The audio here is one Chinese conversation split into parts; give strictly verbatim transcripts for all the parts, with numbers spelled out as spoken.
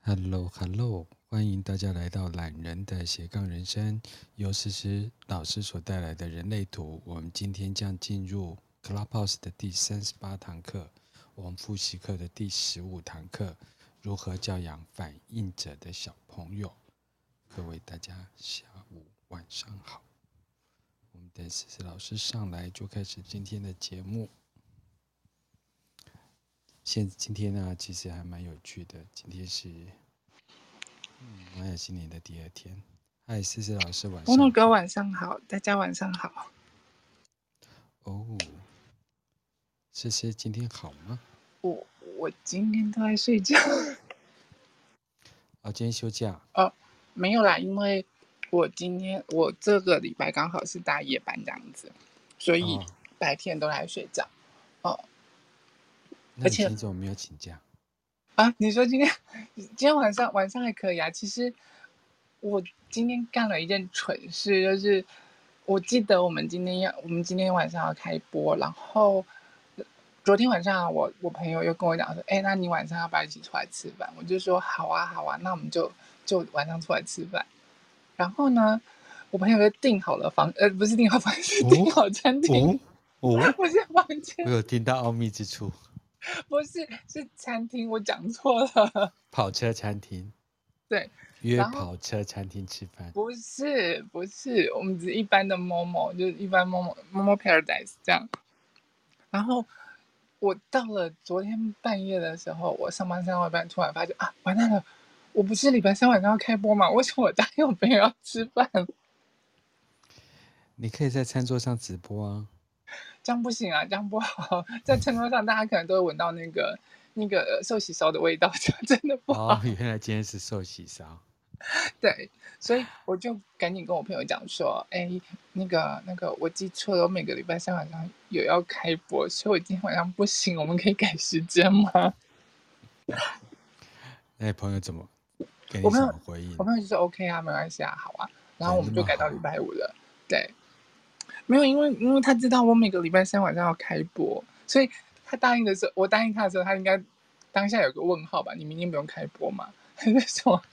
Hello Hello，欢迎大家来到懒人的斜杠人生，由诗诗老师所带来的人类图。我们今天将进入 Clubhouse 的第三十八堂课，我们复习课的第十五堂课，如何教养反应者的小朋友。各位大家下午晚上好，我们等诗诗老师上来就开始今天的节目。现今天呢，其实还蛮有趣的。今天是嗯玛雅新年的第二天。嗨，思思老师，晚上好。 波诺哥晚上好，大家晚上好。 哦，思思今天好吗？ 我我今天都在睡觉。 哦，今天休假。 哦，没有啦，因为我今天我这个礼拜刚好是大夜班这样子，所以哦， 白天都在睡觉。哦， 那你今天怎么没有请假？ 啊，你说今天今天晚上晚上还可以啊。其实我今天干了一件蠢事，就是我记得我们今天要我们今天晚上要开播，然后昨天晚上我我朋友又跟我讲说，哎，那你晚上要不要一起出来吃饭？我就说好啊好啊，那我们就就晚上出来吃饭。然后呢，我朋友就订好了房，呃，不是订好房，是订好餐厅， 哦哦， 不是房间， 我有听到奥秘之处。 不是是餐厅，我讲错了。 跑车餐厅， 对， 约然后跑车餐厅吃饭。 不是不是，我们只是一般的 Momo，就是一般 Momo Momo Paradise 这样。然后我到了昨天半夜的时候，我上班上到一半，突然发现啊，完蛋了！我不是礼拜三晚上要开播吗？为什么我答应我朋友要吃饭？ 你可以在餐桌上直播啊。 这样不行啊，这样不好。在餐桌上，大家可能都会闻到那个那个寿喜烧的味道，这样真的不好。 哦，原来今天是寿喜烧。 对，所以我就赶紧跟我朋友讲说，哎，那个那个，我记错了，我每个礼拜三晚上有要开播，所以我今天晚上不行，我们可以改时间吗？ 那你朋友怎么给你我朋友什么回应？ 我朋友就说 OK 啊，没关系啊，好啊。然后我人那们就改到礼么好。 拜五了。对，没有，因为因为他知道我每个礼拜三晚上要开播，所以他答应的时候，我答应他的时候，他应该当下有个问号吧？你明天不用开播吗？还是什么？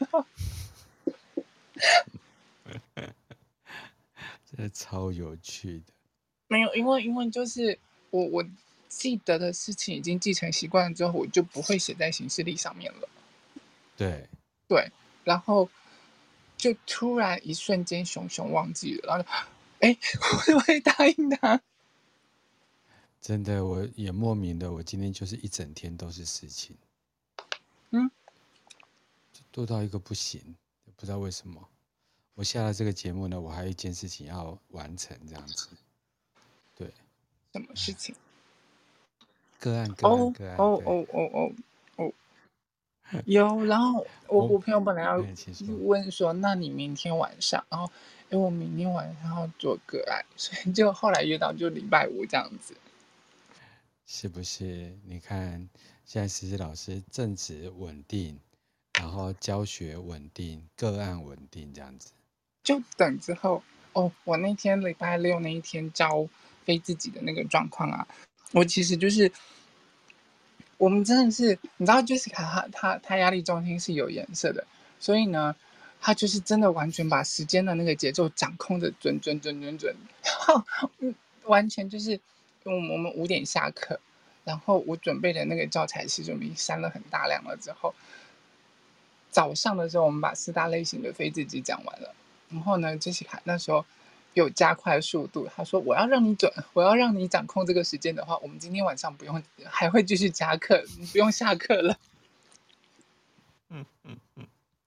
真的超有趣的。 没有，因为因为就是我我记得的事情已经继承习惯了之后，我就不会写在行事历上面了。 对， 对，然后就突然一瞬间熊熊忘记了，然后就哎，我会答应他。 真的，我也莫名的，我今天就是一整天都是事情， 嗯， 就多到一个不行，不知道为什么。我下了这个节目呢，我还有一件事情要完成，这样子。对， 什么事情？ 个案，个案， 哦个案，对。 哦哦哦哦哦，有。然后我我， 我朋友本来要哎，请说。 问说，那你明天晚上？然后因为我明天晚上要做个案，所以就后来约到就礼拜五这样子。 是不是？你看，现在实习老师正职稳定，然后教学稳定，个案稳定，这样子。 就等之后哦，我那天礼拜六那一天教非自己的那个状况啊，我其实就是我们真的是，你知道，Jessica 她她她压力中心是有颜色的，所以呢，她就是真的完全把时间的那个节奏掌控的准准准准准，然后嗯，完全就是我们我们五点下课，然后我准备的那个教材其实我们已经删了很大量了之后，早上的时候我们把四大类型的非自己讲完了，然后呢，Jessica 那时候有加快速度，他说我要让你准，我要让你掌控这个时间的话，我们今天晚上不用，还会继续加课，你不用下课了。 嗯嗯嗯。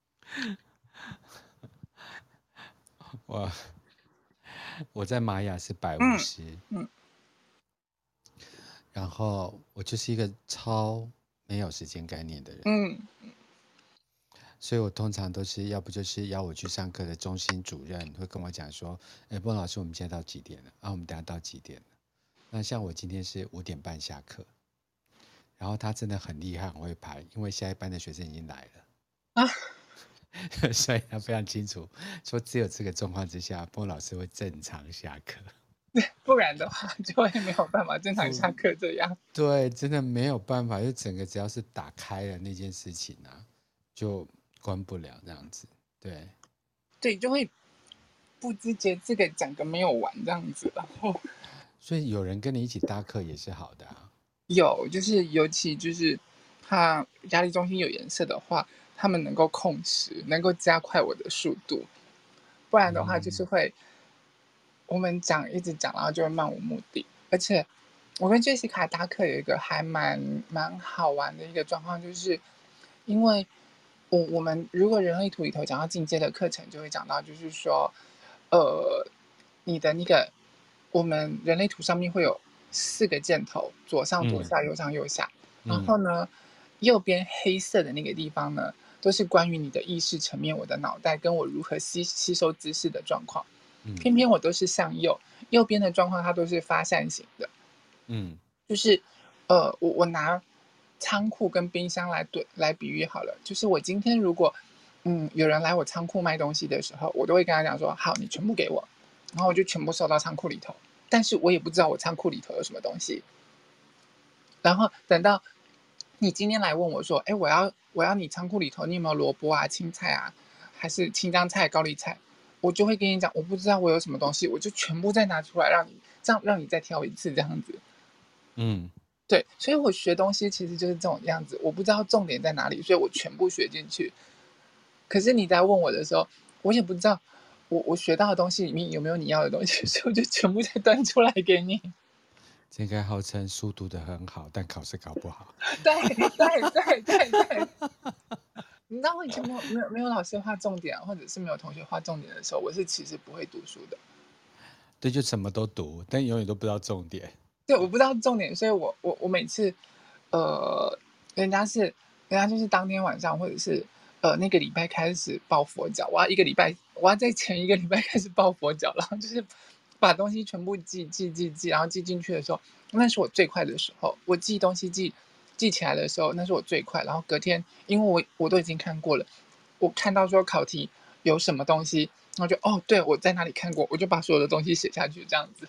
我我在玛雅是百五嗯十， 嗯然后我就是一个超没有时间概念的人， 嗯所以我通常都是要不就是邀我去上课的中心主任会跟我讲说，哎，波老师，我们今天到几点了？啊，我们等下到几点了？那像我今天是五点半下课，然后他真的很厉害，很会排，因为下一班的学生已经来了。 啊， 所以他非常清楚，说只有这个状况之下，波老师会正常下课， 不然的话就会没有办法正常不， 下课这样。 对，真的没有办法，就整个只要是打开了那件事情啊， 就关不了这样子。对对，就会不自觉这个讲个没有完这样子，然后所以有人跟你一起搭课也是好的啊。 有就是尤其就是他压力中心有颜色的话，他们能够控时，能够加快我的速度，不然的话就是嗯会我们讲一直讲，然后就会漫无目的。而且我跟 Jessica 搭课有一个还蛮蛮好玩的一个状况，就是因为我我们如果人类图里头讲到进阶的课程，就会讲到就是说，呃，你的那个我们人类图上面会有四个箭头，左上、左嗯下、右上、右下。然嗯后呢，右边黑色的那个地方呢，都是关于你的意识层面，我的脑袋跟我如何吸吸收知识的状况。 嗯偏偏我都是向右，右边的状况它都是发散型的， 嗯就是呃，我我拿仓库跟冰箱来对来比喻好了，就是我今天如果嗯有人来我仓库卖东西的时候，我都会跟他讲说，好，你全部给我，然后我就全部收到仓库里头，但是我也不知道我仓库里头有什么东西，然后等到你今天来问我说，哎，我要我要你仓库里头你有没有萝卜啊、青菜啊，还是青江菜、高丽菜？我就会跟你讲，我不知道我有什么东西，我就全部再拿出来让你，这样让你再挑一次这样子。 嗯， 对，所以我学东西其实就是这种样子，我不知道重点在哪里，所以我全部学进去。可是你在问我的时候，我也不知道我我学到的东西里面有没有你要的东西，所以我就全部再端出来给你。 这应该号称书读得很好，但考试考不好。 对对对对对，你知道我以前没有没有没有老师画重点，或者是没有同学画重点的时候，我是其实不会读书的。 对，就什么都读，但永远都不知道重点。 对，我不知道重点，所以我我我每次，呃，人家是人家就是当天晚上或者是呃那个礼拜开始抱佛脚，我要一个礼拜，我要在前一个礼拜开始抱佛脚，然后就是把东西全部记记记记，然后记进去的时候，那是我最快的时候。我记东西记记起来的时候，那是我最快。然后隔天，因为我我都已经看过了，我看到说考题有什么东西，然后就哦，对我在哪里看过，我就把所有的东西写下去，这样子。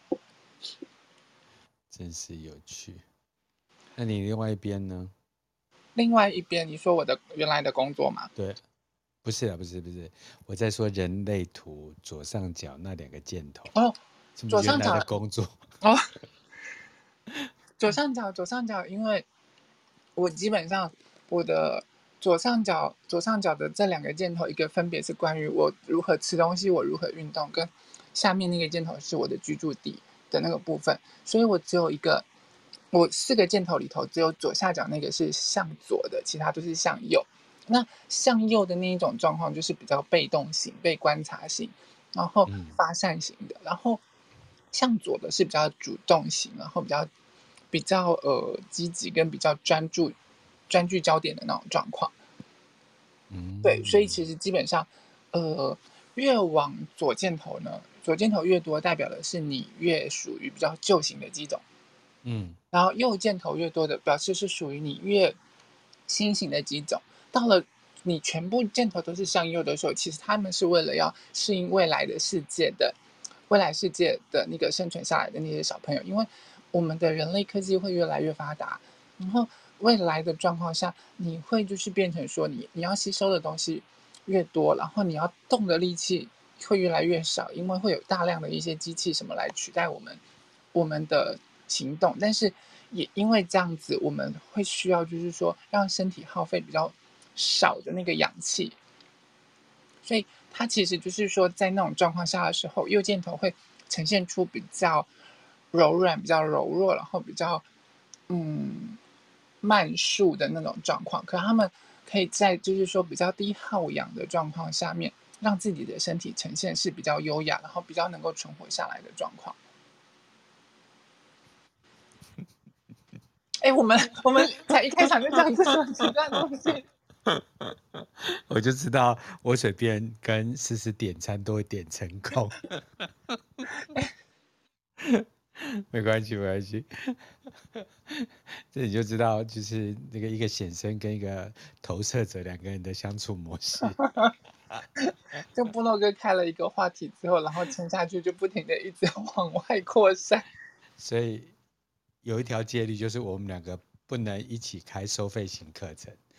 真是有趣。那你另外一边呢？ 另外一边，你说我的原来的工作嘛？ 对，不是啊，不是不是，我在说人类图左上角那两个箭头， 哦， 什么左上角原来的工作？ 哦，左上角左上角，因为我基本上我的左上角左上角的这两个箭头，一个分别是关于我如何吃东西，我如何运动，跟下面那个箭头是我的居住地的那个部分，所以我只有一个，我四个箭头里头只有左下角那个是向左的，其他都是向右。那向右的那一种状况就是比较被动型、被观察型，然后嗯发散型的，然后向左的是比较主动型，然后比较比较呃积极跟比较专注、专注焦点的那种状况。对，所以嗯其实基本上，呃，越往左箭头呢，左箭头越多，代表的是你越属于比较旧型的机种。 嗯然后右箭头越多的，表示是属于你越新型的机种。到了你全部箭头都是向右的时候，其实他们是为了要适应未来的世界的未来世界的那个生存下来的那些小朋友，因为我们的人类科技会越来越发达，然后未来的状况下，你会就是变成说你你要吸收的东西越多，然后你要动的力气会越来越少，因为会有大量的一些机器什么来取代我们我们的行动，但是也因为这样子，我们会需要就是说让身体耗费比较少的那个氧气，所以它其实就是说在那种状况下的时候，右箭头会呈现出比较柔软、比较柔弱，然后比较嗯慢速的那种状况。可他们可以在就是说比较低耗氧的状况下面，让自己的身体呈现是比较优雅，然后比较能够存活下来的状况。哎，我们我们才一开场就讲这种奇怪的东西。 我就知道我随便跟思思点餐都会点成功。没关系，没关系。这你就知道，就是那个一个显生跟一个投射者两个人的相处模式。 就部落哥开了一个话题之后，然后撑下去就不停的一直往外扩散。 所以有一条戒律，就是我们两个不能一起开收费型课程。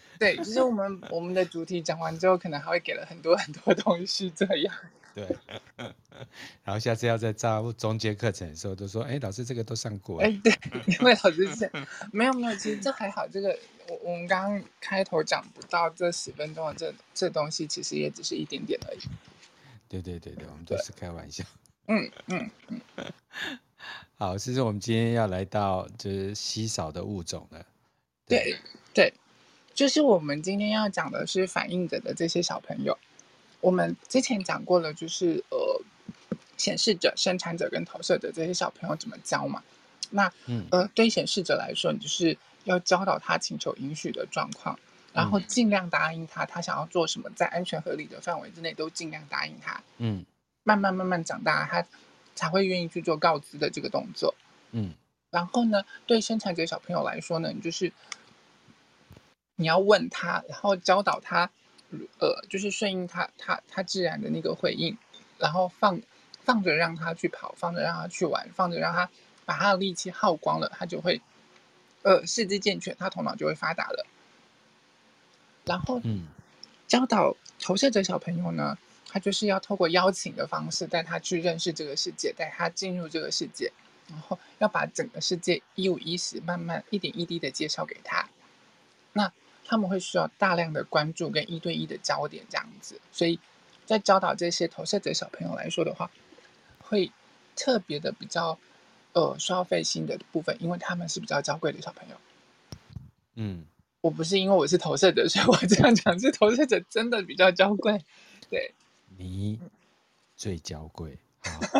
对，就是我们我们的主题讲完之后，可能还会给了很多很多东西，这样。 对，然后下次要在招中间课程的时候，都说：“哎，老师这个都上过。” 哎，对，因为老师是没有没有，其实这还好。这个我我们刚刚开头讲不到这十分钟的这这东西，其实也只是一点点而已。 对对对对，我们都对， 是开玩笑。 嗯嗯， 好，其实我们今天要来到就是稀少的物种了。对， 对对，就是我们今天要讲的是反应者的这些小朋友。我们之前讲过了，就是呃，显示者、生产者跟投射者这些小朋友怎么教嘛。那嗯呃，对显示者来说，你就是要教导他请求允许的状况，然后嗯尽量答应他，他想要做什么，在安全合理的范围之内都尽量答应他。 嗯慢慢慢慢长大，他才会愿意去做告知的这个动作。 嗯然后呢，对生产者小朋友来说呢，你就是你要问他，然后教导他，呃，就是顺应他他他自然的那个回应，然后放放着让他去跑，放着让他去玩，放着让他把他的力气耗光了，他就会呃四肢健全，他头脑就会发达了。然后嗯教导投射者小朋友呢，他就是要透过邀请的方式带他去认识这个世界，带他进入这个世界，然后要把整个世界一五一十慢慢一点一滴的介绍给他。那他们会需要大量的关注跟一对一的焦点这样子，所以在教导这些投射者小朋友来说的话，会特别的比较呃需要费心的部分，因为他们是比较娇贵的小朋友。 嗯， 我不是因为我是投射者，所以我这样讲，是投射者真的比较娇贵。对， 你最娇贵。好，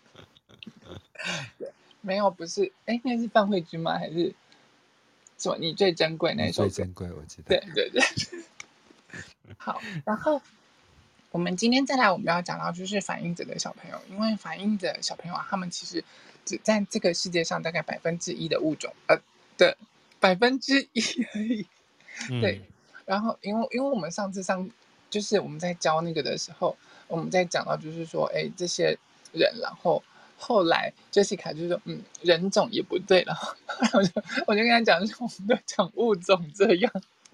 没有不是，哎，那是范慧君吗？还是什么？你最珍贵你那首歌？ 最珍贵，我知道。 对对对，好，然后我们今天再来，我们要讲到就是反应者的小朋友，因为反应者小朋友啊，他们其实只占这个世界上大概百分之一的物种，呃的百分之一而已。对， 嗯然后因为因为我们上次上就是我们在教那个的时候，我们在讲到就是说，哎，这些人，然后后来 Jessica 就说，嗯，人种也不对了，后来我就我就跟他讲说，我们都讲物种这样。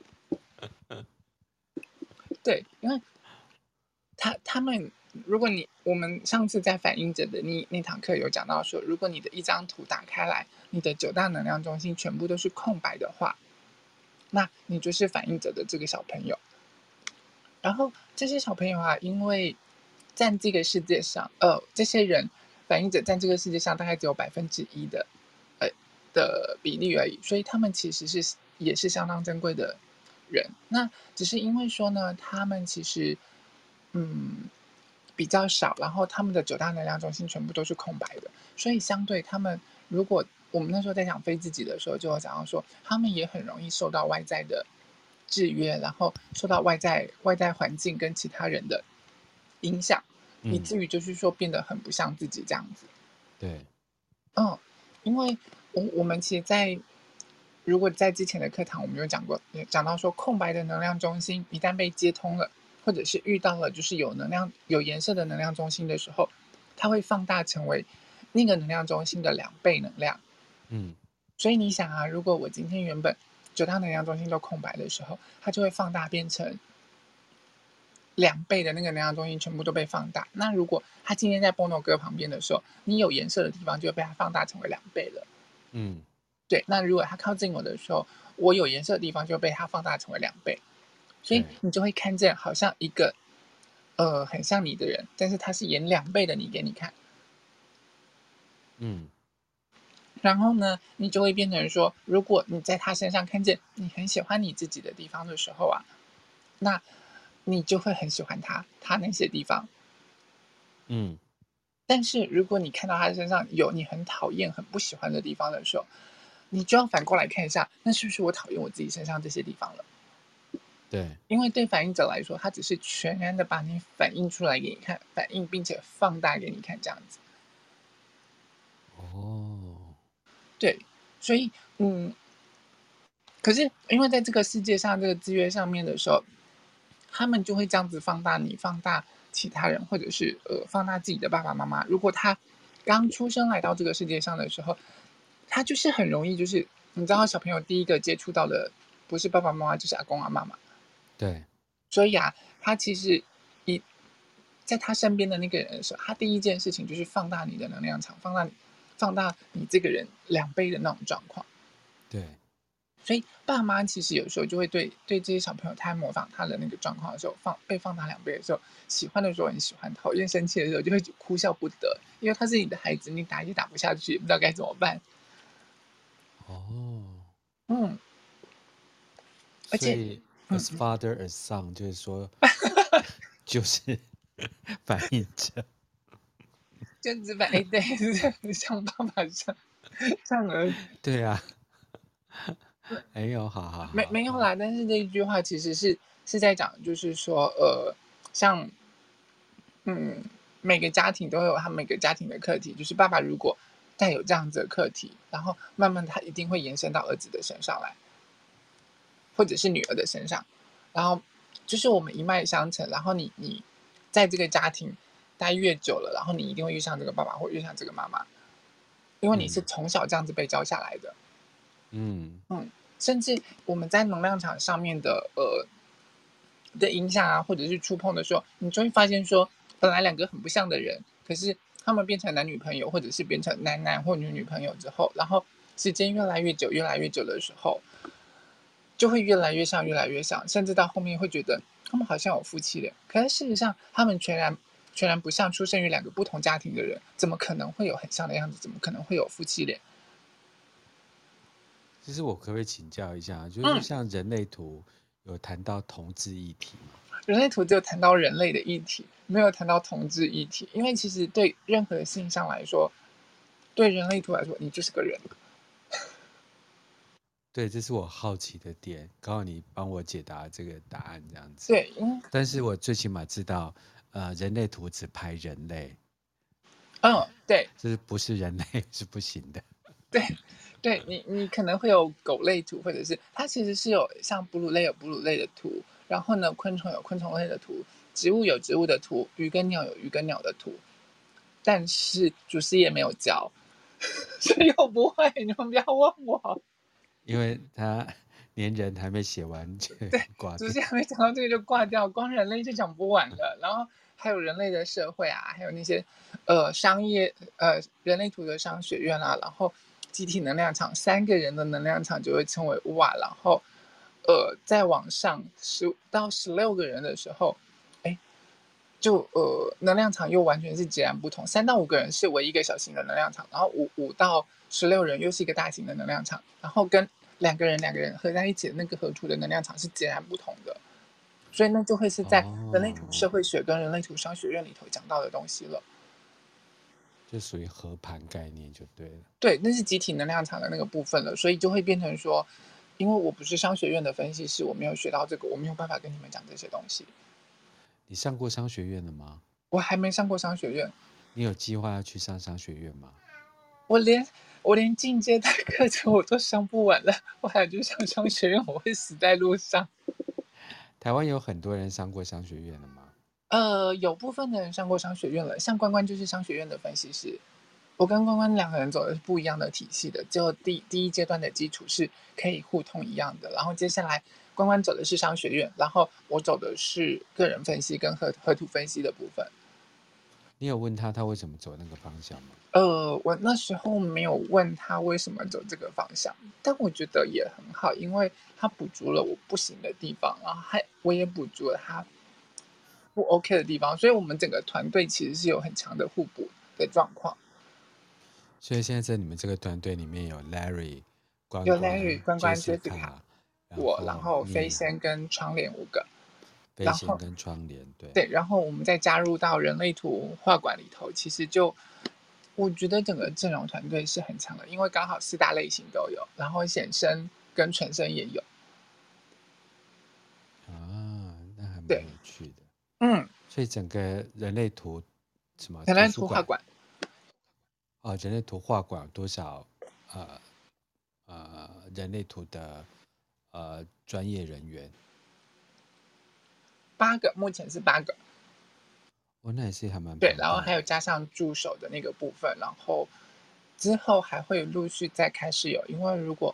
对，因为他他们，如果你我们上次在反应者的那那堂课有讲到说，如果你的一张图打开来，你的九大能量中心全部都是空白的话，那你就是反应者的这个小朋友。然后这些小朋友啊，因为占这个世界上，呃，这些人反应者占这个世界上大概只有百分之一的，呃的比例而已，所以他们其实是也是相当珍贵的人。那只是因为说呢，他们其实嗯比较少，然后他们的九大能量中心全部都是空白的，所以相对他们，如果我们那时候在讲非自己的时候，就有讲到说，他们也很容易受到外在的制约，然后受到外在外在环境跟其他人的影响，以嗯， 至于就是说变得很不像自己这样子。 对， 嗯，因为我我们其实在，如果在之前的课堂我们有讲过，有讲到说空白的能量中心一旦被接通了，或者是遇到了就是有能量有颜色的能量中心的时候，它会放大成为那个能量中心的两倍能量。 嗯所以你想啊，如果我今天原本九大能量中心都空白的时候，它就会放大变成两倍的那个能量中心全部都被放大。那如果它今天在波诺哥旁边的时候，你有颜色的地方就会被它放大成为两倍了。 嗯对，那如果它靠近我的时候，我有颜色的地方就被它放大成为两倍，所以对， 你就会看见好像一个呃很像你的人，但是他是演两倍的你给你看。 嗯然后呢，你就会变成说，如果你在他身上看见你很喜欢你自己的地方的时候啊，那你就会很喜欢他他那些地方。 嗯但是如果你看到他身上有你很讨厌、很不喜欢的地方的时候，你就要反过来看一下，那是不是我讨厌我自己身上这些地方了？ 对， 因为对反应者来说，他只是全然的把你反映出来给你看，反映并且放大给你看，这样子。 哦， 对，所以嗯，可是因为在这个世界上这个制约上面的时候，他们就会这样子放大你，放大其他人，或者是呃放大自己的爸爸妈妈。如果他刚出生来到这个世界上的时候，他就是很容易就是你知道小朋友第一个接触到的不是爸爸妈妈就是阿公阿妈嘛。 对， 所以啊，他其实一在他身边的那个人的时候，他第一件事情就是放大你的能量场，放大你放大你这个人两倍的那种状况。 对， 所以爸妈其实有时候就会对对这些小朋友，他模仿他的那个状况的时候，放被放大两倍的时候，喜欢的时候很喜欢，讨厌生气的时候就会哭笑不得，因为他是你的孩子，你打也打不下去，也不知道该怎么办。 哦， 嗯，而且， 所以嗯 as father as son 就是说，就是反映着， 就直白，哎，对，像爸爸像像儿子， 对啊，哎呦，好好没好好， 没有啦。但是这一句话其实是是在讲，就是说，呃，像嗯，每个家庭都有他每个家庭的课题，就是爸爸如果带有这样子的课题，然后慢慢他一定会延伸到儿子的身上来，或者是女儿的身上，然后就是我们一脉相承，然后你你在这个家庭待越久了，然后你一定会遇上这个爸爸或遇上这个妈妈，因为你是嗯从小这样子被教下来的。 嗯嗯，甚至我们在能量场上面的呃的影响啊，或者是触碰的时候，你就会发现说，本来两个很不像的人，可是他们变成男女朋友，或者是变成男男或女女朋友之后，然后时间越来越久，越来越久的时候，就会越来越像，越来越像，甚至到后面会觉得他们好像有夫妻脸，可是事实上他们全然全然不像，出生于两个不同家庭的人，怎么可能会有很像的样子？怎么可能会有夫妻脸？ 其实我可不可以请教一下，就是说嗯， 像人类图有谈到同志议题吗？ 人类图只有谈到人类的议题，没有谈到同志议题，因为其实对任何性上来说，对人类图来说，你就是个人。 对，这是我好奇的点，刚好你帮我解答这个答案这样子。 对，因但是我最起码知道，呃，人类图只拍人类， 嗯，对就是不是人类是不行的。 对对，你你可能会有狗类图，或者是它其实是有像哺乳类有哺乳类的图，然后呢，昆虫有昆虫类的图，植物有植物的图，鱼跟鸟有鱼跟鸟的图，但是祖师爷没有教，所以我不会，你们不要问我。 因为他连人还没写完就挂掉。 祖师爷没讲到这个就挂掉，光人类就讲不完了。然后还有人类的社会啊，还有那些呃商业呃人类图的商学院啊，然后集体能量场，三个人的能量场就会称为哇，然后呃再往上十到十六个人的时候，哎，就呃能量场又完全是截然不同。三到五个人是为一个小型的能量场，然后五五到十六人又是一个大型的能量场，然后跟两个人两个人合在一起的那个合图的能量场是截然不同的。所以那就会是在人类图哦， 社会学跟人类图商学院里头讲到的东西了。 就属于合盘概念就对了。 对，那是集体能量场的那个部分了，所以就会变成说，因为我不是商学院的分析师，我没有学到这个，我没有办法跟你们讲这些东西。 你上过商学院了吗？ 我还没上过商学院， 你有计划要去上商学院吗？ 我连我连进阶的课程我都上不完了，我还去上商学院，我会死在路上。 台湾有很多人上过商学院了吗？ 呃，有部分的人上过商学院了，像关关就是商学院的分析师。我跟关关两个人走的是不一样的体系的，就第第一阶段的基础是可以互通一样的，然后接下来关关走的是商学院，然后我走的是个人分析跟合合图分析的部分。 你有问他他为什么走那个方向吗？ 呃，我那时候没有问他为什么走这个方向，但我觉得也很好，因为他补足了我不行的地方，然后还我也补足了他不 OK 的地方，所以我们整个团队其实是有很强的互补的状况。 所以现在在你们这个团队里面有 Larry、关有 Larry、 关、 关关、Jessica、 Jessica，然我，然后后飞你仙跟窗帘五个，然后飞仙跟窗帘，对。 对，然后我们再加入到人类图画馆里头，其实就我觉得整个阵容团队是很强的，因为刚好四大类型都有，然后显生跟纯生也有。 啊，那还蛮对， 有趣的。 嗯， 所以整个人类图什么人类图书馆图画馆啊，人类图画馆有多少呃呃人类图的呃专业人员？ 八个，目前是八个。 哦，那也是还蛮对， 庞然后还有大的。 加上助手的那个部分，然后之后还会陆续再开始有，因为如果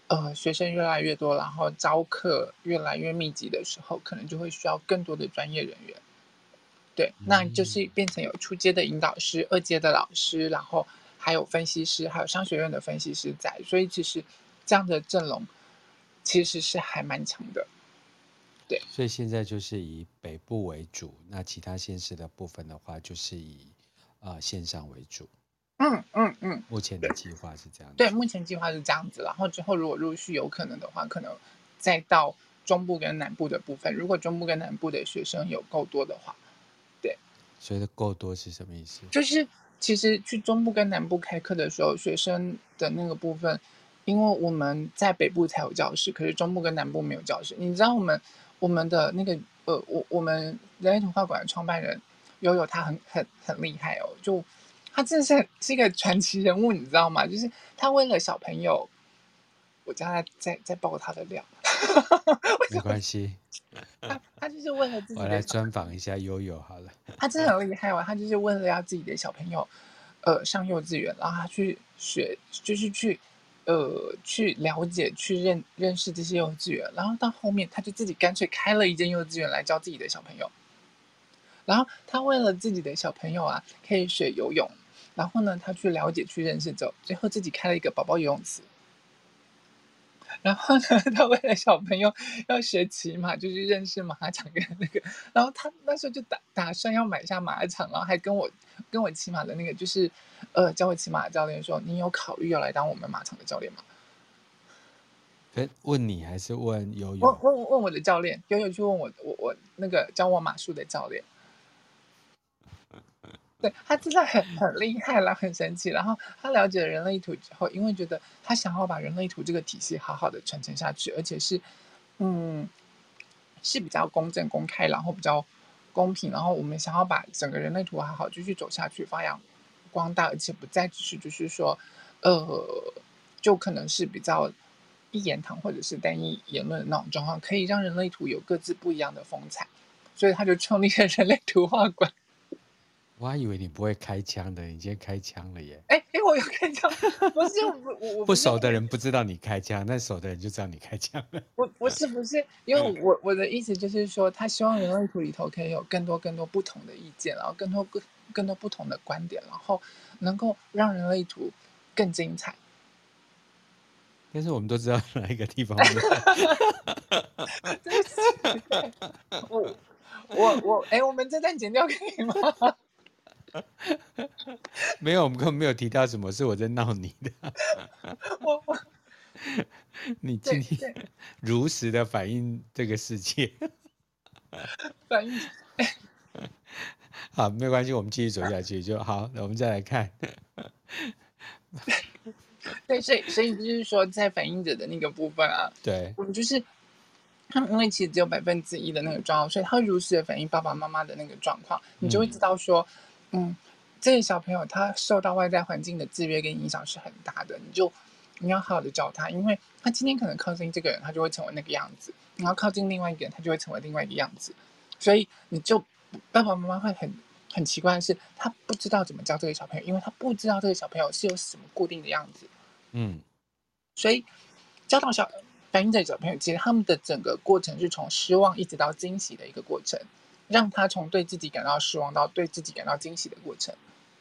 呃学生越来越多，然后招课越来越密集的时候，可能就会需要更多的专业人员。对，那就是嗯， 变成有初阶的引导师、二阶的老师，然后还有分析师，还有商学院的分析师在，所以其实这样的阵容其实是还蛮强的。对， 所以现在就是以北部为主，那其他县市的部分的话，就是以呃线上为主。 嗯嗯嗯， 目前的计划是这样对， 子。 目前计划是这样子，然后之后如果陆续有可能的话，可能再到中部跟南部的部分，如果中部跟南部的学生有够多的话，对。 所以的够多是什么意思？ 就是其实去中部跟南部开课的时候，学生的那个部分，因为我们在北部才有教室，可是中部跟南部没有教室。你知道我们我们的那个呃，我我们人类图画馆的创办人悠悠，他很很很厉害哦，就他真的是很是一个传奇人物，你知道吗？就是他为了小朋友，我叫他再再爆他的料，为没什么关系， 他他就是为了自己的小我来专访一下悠悠好了。 他真的很厉害哦，他就是为了要自己的小朋友，呃，上幼稚园，然后他去学，就是去，呃，去了解、去认认识这些幼稚园，然后到后面他就自己干脆开了一间幼稚园来教自己的小朋友。然后他为了自己的小朋友啊，可以学游泳，然后呢，他去了解、去认识之后，最后自己开了一个宝宝游泳池。然后呢，他为了小朋友要学骑马，就去认识马场跟那个，然后他那时候就打打算要买下马场，然后还跟我跟我骑马的那个就是呃教我骑马的教练说：“你有考虑要来当我们马场的教练吗？” 跟问你还是问悠问悠？ 问问我的教练，悠悠去问我我我那个教我马术的教练。对，他真的很很厉害啦，很神奇。然后他了解了人类图之后，因为觉得他想要把人类图这个体系好好的传承下去，而且是嗯是比较公正、公开，然后比较公平，然后我们想要把整个人类图好好继续走下去，发扬光大，而且不再只是就是说，呃，就可能是比较一言堂或者是单一言论的那种状况，可以让人类图有各自不一样的风采，所以他就创立了人类图画馆。 我还以为你不会开枪的，你今天开枪了耶！ 哎哎，我有看到，不是我我我不是不熟的人不知道你开枪，但熟的人就知道你开枪了。 不不是不是，因为我我的意思就是说，他希望人类图里头可以有更多更多不同的意见，然后更多更更多不同的观点，然后能够让人类图更精彩。 但是我们都知道哪一个地方没有。 对不起，我我我，哎，我们这段剪掉可以吗？ 没有，我们根本没有提到什么，是我在闹你的。 我我你今天对对， 如实的反映这个世界。 反应好，没有关系，我们继续走下去就好。我们再来看。 对，所以所以就是说，在反应者的那个部分啊， 对， 我们就是他们因为其实只有百分之一的那个状况，所以他会如实的反映爸爸妈妈的那个状况，你就会知嗯道说，嗯，这个小朋友他受到外在环境的制约跟影响是很大的，你就你要好好的教他，因为他今天可能靠近这个人，他就会成为那个样子，然后靠近另外一个人，他就会成为另外一个样子，所以你就爸爸妈妈会很很奇怪的是，他不知道怎么教这个小朋友，因为他不知道这个小朋友是有什么固定的样子。 嗯所以教导小反映者小朋友，其实他们的整个过程是从失望一直到惊喜的一个过程，让他从对自己感到失望到对自己感到惊喜的过程。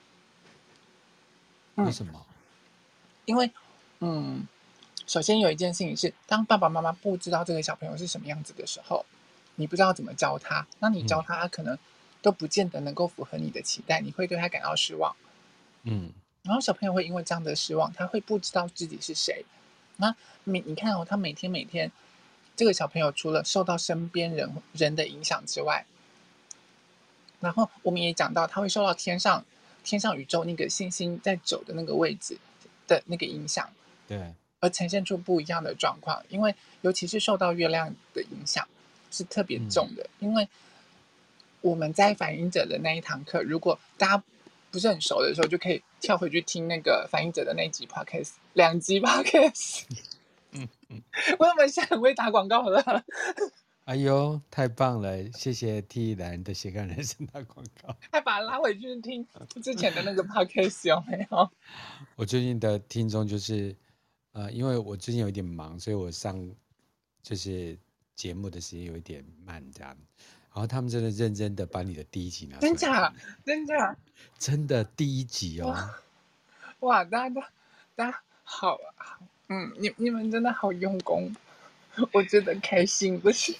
嗯， 为什么？ 因为嗯，首先有一件事情是，当爸爸妈妈不知道这个小朋友是什么样子的时候，你不知道怎么教他，那你教嗯他，他可能都不见得能够符合你的期待，你会对他感到失望。 嗯然后小朋友会因为这样的失望，他会不知道自己是谁。那每你看哦，他每天每天，这个小朋友除了受到身边人人的影响之外，然后我们也讲到，他会受到天上天上宇宙那个星星在走的那个位置的那个影响， 对， 而呈现出不一样的状况。因为尤其是受到月亮的影响，是特别嗯重的。因为我们在反映者的那一堂课，如果大家不是很熟的时候，就可以跳回去听那个反映者的那集 podcast，两集 podcast。 嗯嗯。 我有没有现在很会打广告了？ 哎呦，太棒了！谢谢 T 兰的斜杠人生大广告。 还把它拉回去听之前的那个 podcast 有没有？ 我最近的听众就是， 呃，因为我最近有一点忙，所以我上就是节目的时间有一点慢这样。然后他们真的认真的把你的第一集拿出来真假？ 听， 真假？ 真的第一集哇哦。 哇！大家都大家好好，嗯，你你们真的好用功，我觉得开心不是？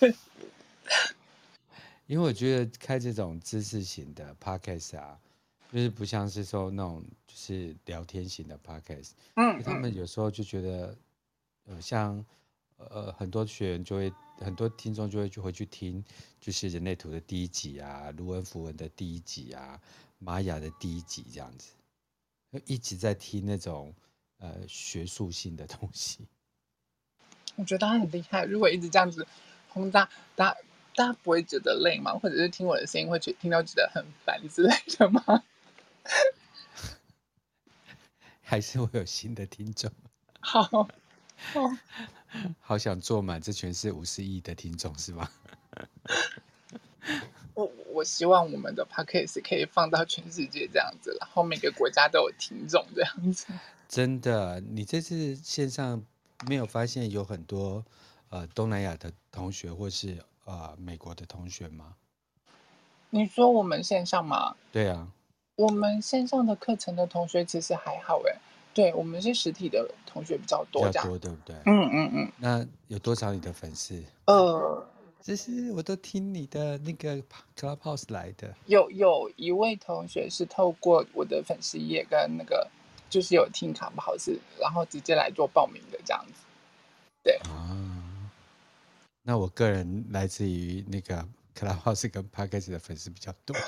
因为我觉得开这种知识型的 podcast 啊，就是不像是说那种就是聊天型的 podcast，就他嗯嗯们有时候就觉得，呃，像呃很多学员就会，很多听众就会就回去听，就是人类图的第一集啊，卢恩符文的第一集啊，玛雅的第一集这样子，一直在听那种呃学术性的东西。 我觉得他很厉害。如果一直这样子轰炸，大家大家不会觉得累吗？或者是听我的声音会觉听到觉得很烦之类的吗？ 还是会有新的听众。 好，哦， 好想坐满这全是五十亿的听众是吧？ 我我希望我们的 podcast 可以放到全世界这样子，然后每个国家都有听众这样子。 真的，你这次线上没有发现有很多呃东南亚的同学或是呃美国的同学吗？ 你说我们线上吗？ 对啊， 我们线上的课程的同学其实还好诶，对我们是实体的同学比较多这样。 比较多，对不对？ 嗯嗯嗯， 那有多少你的粉丝？ 呃， 这是我都听你的那个 Clubhouse 来的。 有有一位同学是透过我的粉丝页跟那个就是有听卡不好是，然后直接来做报名的这样子。对， 啊，那我个人来自于那个 Clubhouse 跟 Podcast 的粉丝比较多。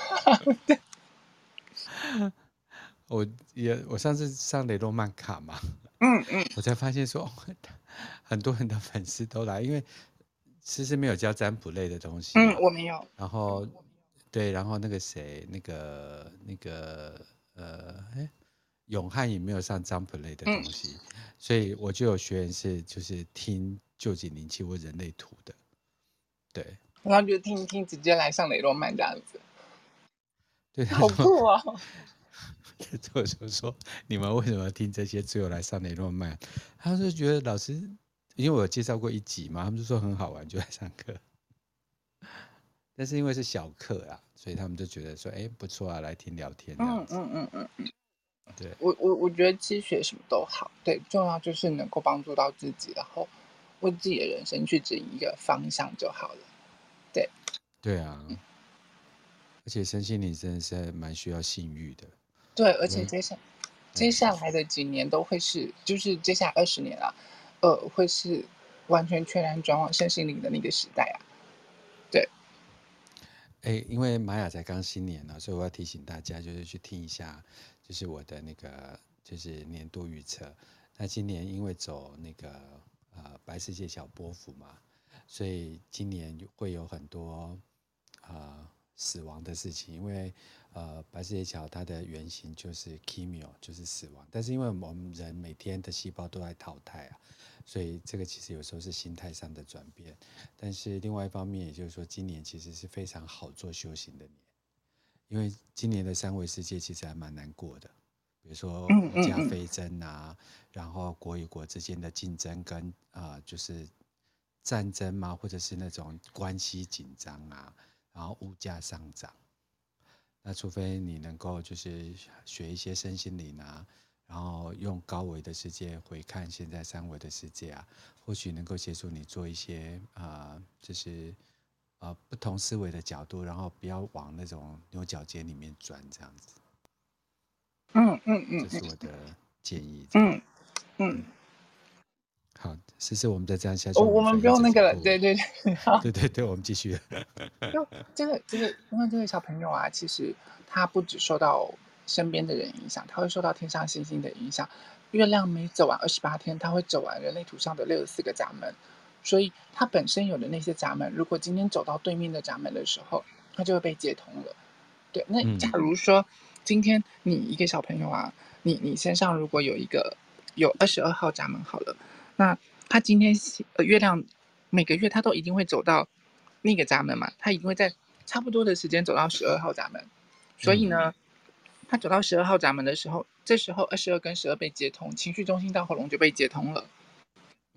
我也我上次上雷诺曼卡嘛， 嗯嗯我才发现说，哦，很多人的粉丝都来，因为其实没有教占卜类的东嗯， 西。 我没有。 然后对，然后那个谁，那个那个呃，哎，永汉也没有上占卜类的嗯， 东西，所以我就有学员是就是听旧景灵气或人类图的，对然后就听一听，直接来上雷诺曼这样子， 对，他好说， 酷哦！ 我就说你们为什么听这些，只有来上雷诺曼？他就觉得老师，因为我有介绍过一集嘛，他们就说很好玩，就来上课。但是因为是小课啊，所以他们就觉得说，哎，不错啊，来听聊天这样嗯子。 嗯嗯嗯嗯， 对我我我觉得其实学什么都好，对，重要就是能够帮助到自己，然后为自己的人生去指引一个方向就好了。对， 对啊，而且身心灵真的是蛮需要信誉的， 对，而因为且接下接哎， 下来的几年都会是，就是接下来二十年啊，呃，会是完全全然转往身心灵的那个时代啊。对， 哎，因为玛雅才刚新年呢，所以我要提醒大家，就是去听一下，就是我的那个就是年度预测。那今年因为走那个呃白世界小波幅嘛，所以今年会有很多呃死亡的事情，因为呃白世界桥它的原型就是 chemio，就是死亡，但是因为我们人每天的细胞都在淘汰啊，所以这个其实有时候是心态上的转变。但是另外一方面，也就是说，今年其实是非常好做修行的年，因为今年的三维世界其实还蛮难过的，比如说嗯物嗯嗯价飞增啊，然后国与国之间的竞争跟啊、呃、就是战争嘛，或者是那种关系紧张啊，然后物价上涨，那除非你能够就是学一些身心灵啊，然后用高维的世界回看现在三维的世界啊，或许能够协助你做一些啊、呃，就是呃不同思维的角度，然后不要往那种牛角尖里面钻，这样子， 嗯嗯嗯嗯这是我的建议。这样， 嗯嗯， 嗯，好，思思，我们再这样下去， 我我们我们反不用那个了， 应这节目， 对对对，好。 对对对，我们继续。 就这个这个，因为这个小朋友啊，其实他不只受到身边的人影响，他会受到天上星星的影响。月亮每走完二十八天，他会走完人类图上的六十四个闸门，所以他本身有的那些闸门，如果今天走到对面的闸门的时候，他就会被接通了。对，那假嗯如说今天你一个小朋友啊，你你身上如果有一个有二十二号闸门好了，那他今天呃月亮每个月他都一定会走到那个闸门嘛，他一定会在差不多的时间走到十二号闸门，所以嗯呢，他走到十二号闸门的时候，这时候二十二跟十二被接通，情绪中心到喉咙就被接通了。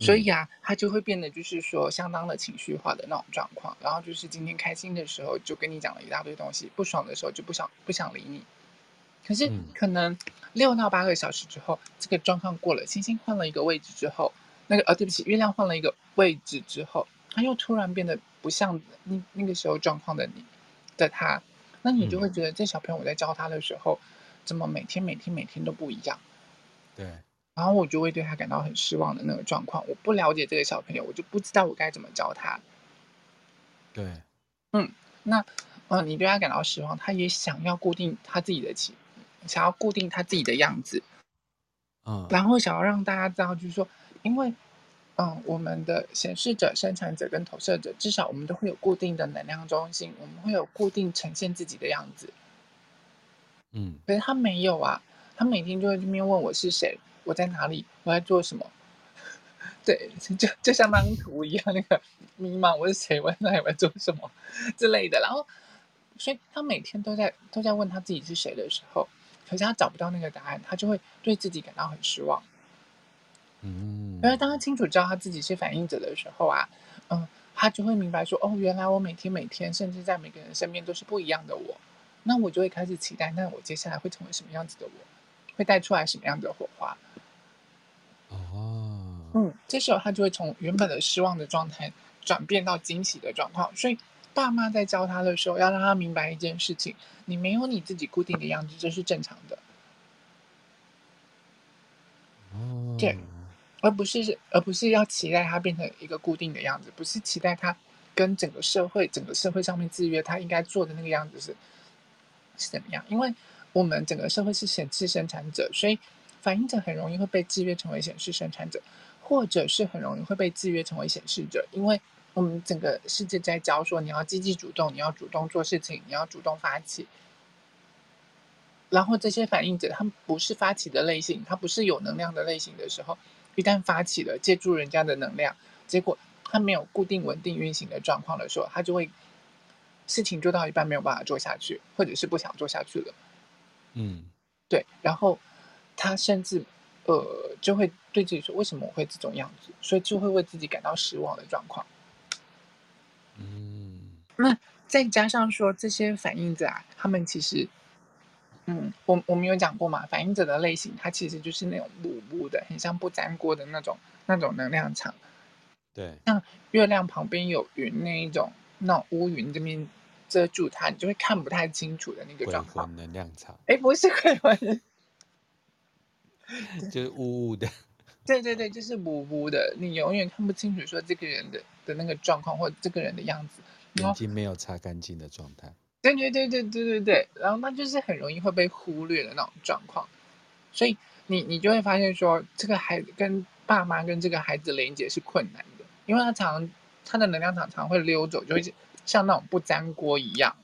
所以啊，他就会变得就是说相当的情绪化的那种状况，然后就是今天开心的时候就跟你讲了一大堆东西，不爽的时候就不想不想理你。可是嗯可能六到八个小时之后，这个状况过了，星星换了一个位置之后，那个呃对不起，月亮换了一个位置之后，他又突然变得不像那那个时候状况的你的他，那你就嗯， 会觉得这小朋友我在教他的时候，怎么每天每天每天都不一样？ 对然后我就会对他感到很失望的那个状况。我不了解这个小朋友，我就不知道我该怎么教他。 对， 嗯，那呃，你对他感到失望，他也想要固定他自己的起，想要固定他自己的样子， 嗯然后想要让大家知道，就是说，因为嗯，我们的显示者、生产者跟投射者，至少我们都会有固定的能量中心，我们会有固定呈现自己的样子。 嗯可是他没有啊，他每天就在这边问我是谁，我在哪里，我在做什么。对，就就像那张图一样，那个迷茫，我是谁？我在哪里？我在做什么之类的。然后，所以他每天都在都在问他自己是谁的时候，可是他找不到那个答案，他就会对自己感到很失望。因为当他嗯， 清楚知道他自己是反应者的时候啊，嗯，他就会明白说，哦，原来我每天每天，甚至在每个人身边都是不一样的我。那我就会开始期待，那我接下来会成为什么样子的我，会带出来什么样的火花。 哦， 嗯，这时候他就会从原本的失望的状态转变到惊喜的状况。所以爸妈在教他的时候，要让他明白一件事情：你没有你自己固定的样子，这是正常的。对， 哦， 而不是而不是要期待他变成一个固定的样子，不是期待他跟整个社会整个社会上面制约他应该做的那个样子是是怎么样？因为我们整个社会是显示生产者，所以反映者很容易会被制约成为显示生产者，或者是很容易会被制约成为显示者，因为我们整个世界在教说你要积极主动，你要主动做事情，你要主动发起。然后这些反应者，他们不是发起的类型，他不是有能量的类型的时候，一旦发起了，借助人家的能量，结果他没有固定稳定运行的状况的时候，他就会事情做到一半没有办法做下去，或者是不想做下去了。 嗯对，然后他甚至呃就会对自己说，为什么我会这种样子？所以就会为自己感到失望的状况。 嗯那再加上说这些反应者啊，他们其实嗯，我我们有讲过嘛，反应者的类型，它其实就是那种雾雾的，很像不粘锅的那种那种能量场。 对， 像月亮旁边有云那一种，那种乌云这边遮住它，你就会看不太清楚的那个状况。 鬼魂能量场哎，不是鬼魂， 就是雾雾的， 对对对，就是模糊的，你永远看不清楚说这个人的的那个状况或者这个人的样子。然后， 眼睛没有擦干净的状态。 对对对对对对对，然后那就是很容易会被忽略的那种状况。所以你你就会发现说，这个孩子跟爸妈跟这个孩子连接是困难的，因为他常他的能量场常会溜走，就会像那种不粘锅一样。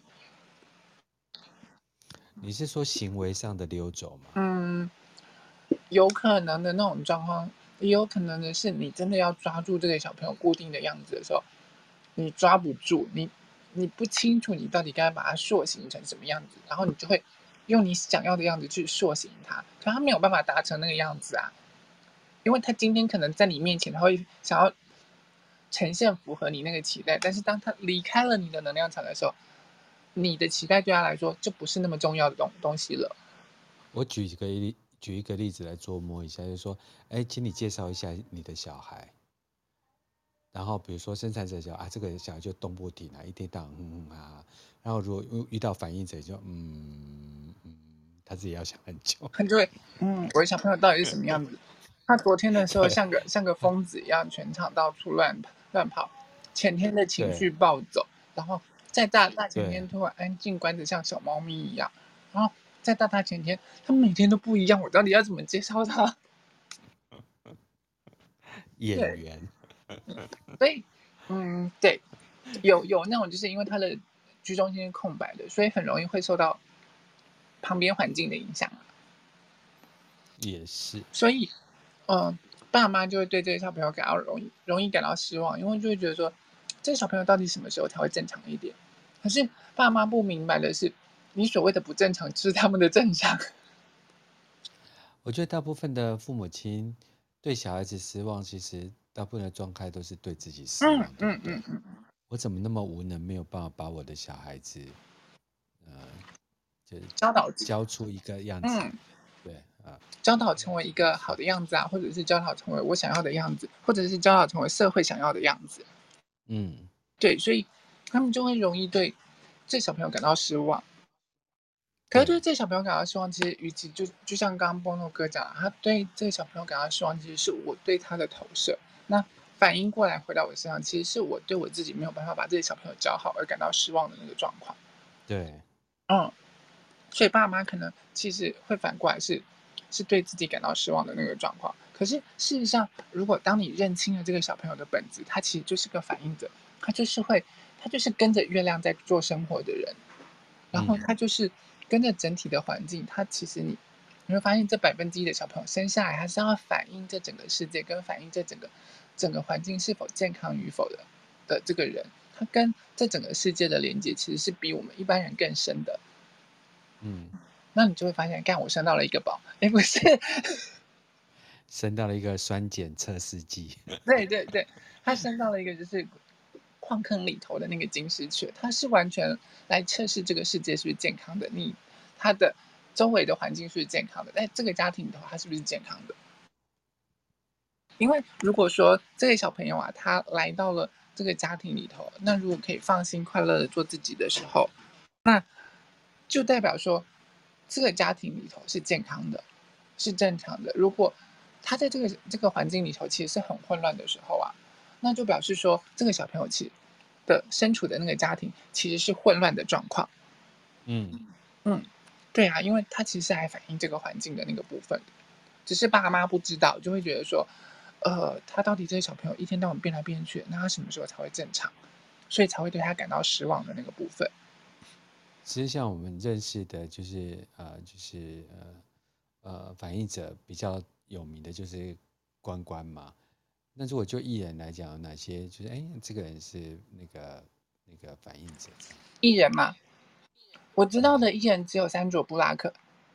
你是说行为上的溜走吗？ 嗯，有可能的那种状况，也有可能的是你真的要抓住这个小朋友固定的样子的时候，你抓不住，你你不清楚你到底该把它塑形成什么样子，然后你就会用你想要的样子去塑形它，可他没有办法达成那个样子啊。因为他今天可能在你面前，他会想要呈现符合你那个期待，但是当他离开了你的能量场的时候，你的期待对他来说就不是那么重要的东东西了。 我举一个例，举一个例子来琢磨一下，就是说，哎，请你介绍一下你的小孩。然后比如说生产者就啊，这个小孩就动不停啊，一天到晚嗯嗯啊。然后如果遇遇到反应者就嗯嗯，他自己要想很久。 他就会，嗯，我的小朋友到底是什么样子？他昨天的时候对像个像个疯子一样，全场到处乱跑乱跑，前天的情绪对暴走，然后在大大前对， 天突然安静关着像小猫咪一样，然后在大大前天，他每天都不一样，我到底要怎么介绍他？对， 演员， 所以，嗯，对，有有那种就是因为他的居中心是空白的，所以很容易会受到旁边环境的影响。 也是。 所以，嗯，爸妈就会对这个小朋友感到容易容易感到失望，因为就会觉得说，这个小朋友到底什么时候才会正常一点？可是爸妈不明白的是，你所谓的不正常，就是他们的正常。 我觉得大部分的父母亲对小孩子失望，其实大部分的状态都是对自己失嗯望，对嗯不对？ 嗯嗯， 我怎么那么无能，没有办法把我的小孩子，呃，就教导自己， 教出一个样子， 嗯， 对啊， 教导成为一个好的样子啊，或者是教导成为我想要的样子，或者是教导成为社会想要的样子。 嗯， 对，所以他们就会容易对这小朋友感到失望。可是对对， 这小朋友感到失望，其实与其就就像刚刚波诺哥讲的，他对这个小朋友感到失望，其实是我对他的投射。那反应过来回到我身上，其实是我对我自己没有办法把这个小朋友教好而感到失望的那个状况。 对， 嗯，所以爸妈可能其实会反过来是是对自己感到失望的那个状况。可是事实上，如果当你认清了这个小朋友的本质，他其实就是个反应者，他就是会，他就是跟着月亮在做生活的人。然后嗯他就是跟着整体的环境，他其实你你会发现，这百分之一的小朋友生下来，他是要反映这整个世界，跟反映这整个整个环境是否健康与否的的这个人，他跟这整个世界的连接其实是比我们一般人更深的。 嗯， 那你就会发现，干我生到了一个宝，哎，不是， 升到了一个酸碱测试剂， 对对对，他生到了一个就是矿坑里头的那个金丝雀，它是完全来测试这个世界是不是健康的，你它的周围的环境是不是健康的，在这个家庭里头它是不是健康的？因为如果说这个小朋友啊，他来到了这个家庭里头，那如果可以放心快乐的做自己的时候，那就代表说这个家庭里头是健康的，是正常的。如果他在这个这个环境里头其实是很混乱的时候啊，那就表示说这个小朋友其实的身处的那个家庭其实是混乱的状况。 嗯， 嗯，对啊，因为他其实还反映这个环境的那个部分，只是爸妈不知道，就会觉得说，呃，他到底这个小朋友一天到晚变来变去，那他什么时候才会正常？所以才会对他感到失望的那个部分。 其实像我们认识的，就是呃，就是呃呃，反应者比较有名的就是关关嘛。那如果就艺人来讲，有哪些就是哎，这个人是那个那个反应者这样？ 艺人嘛，我知道嗯， 的艺人只有山卓布拉克，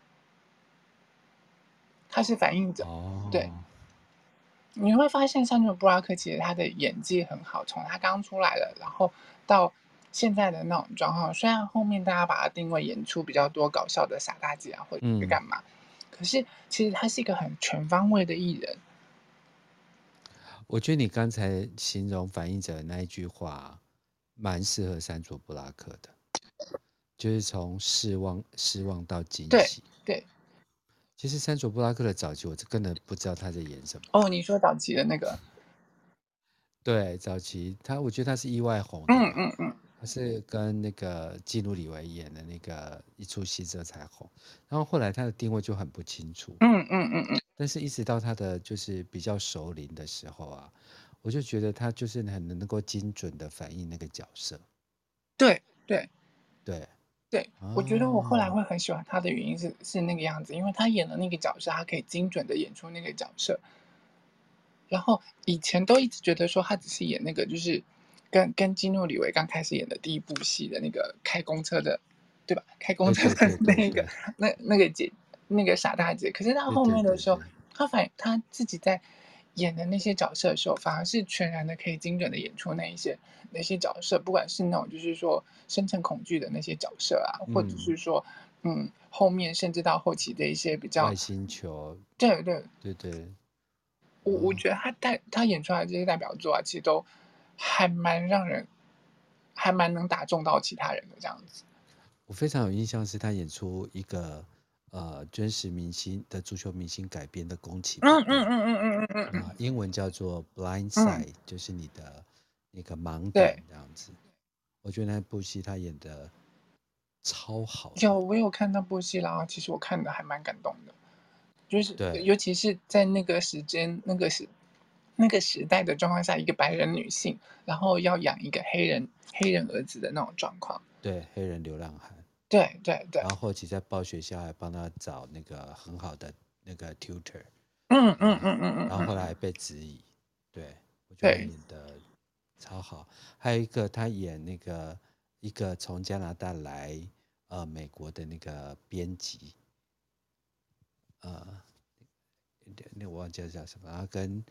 他是反应者。对， 哦， 你会发现山卓布拉克其实他的演技很好，从他刚出来了，然后到现在的那种状况，虽然后面大家把他定位演出比较多搞笑的傻大姐啊，或者是嗯， 干嘛，可是其实他是一个很全方位的艺人。 我觉得你刚才形容反应者的那一句话，蛮适合山卓布拉克的，就是从失望失望到惊对喜。 对， 其实山卓布拉克的早期，我根本不知道他在演什么。 哦，你说早期的那个， 对，早期他，我觉得他是意外红的嗯嘛。 嗯嗯他是跟那个基努里维演的那个一出戏之后才红，然后后来他的定位就很不清楚。 嗯嗯嗯嗯， 但是一直到他的就是比较熟龄的时候啊，我就觉得他就是很能够精准的反映那个角色。 对对对， 对，我觉得我后来哦， 会很喜欢他的原因是是那个样子，因为他演的那个角色，他可以精准的演出那个角色。然后以前都一直觉得说他只是演那个，就是跟跟基努里维刚开始演的第一部戏的那个开公车的，对吧？开公车的对对对对那个对那那个姐那个傻大姐，可是到后对对面的时候， 对对， 他反他自己在演的那些角色的时候，反而是全然的可以精准的演出那一些那些角色，不管是那种就是说深层恐惧的那些角色啊，或者嗯， 是说嗯后面甚至到后期的一些比较外星球， 对对对对， 我我哦， 觉得他代他演出来的这些代表作啊，其实都还蛮让人还蛮能打中到其他人的这样子。 我非常有印象是他演出一个呃真实明星的足球明星改编的宫崎嗯骏电影嗯嗯嗯嗯嗯嗯啊、英文叫做《Blind 嗯， Side》，就是你的那个盲点对， 这样子。我觉得那部戏他演的超好的， 有我有看那部戏啦，其实我看的还蛮感动的，就是对尤其是在那个时间、那个时、那个时代的状况下，一个白人女性，然后要养一个黑人黑人儿子的那种状况。 对，黑人流浪汉， 对对对， 然后后期在报学校还帮他找那个很好的那个 tutor 啊， 嗯嗯嗯嗯嗯然后后来嗯， 还被质疑，对我觉得他对， 演的超好。还有一个他演那个一个从加拿大来呃美国的那个编辑，呃，那我忘记了叫什么，然后跟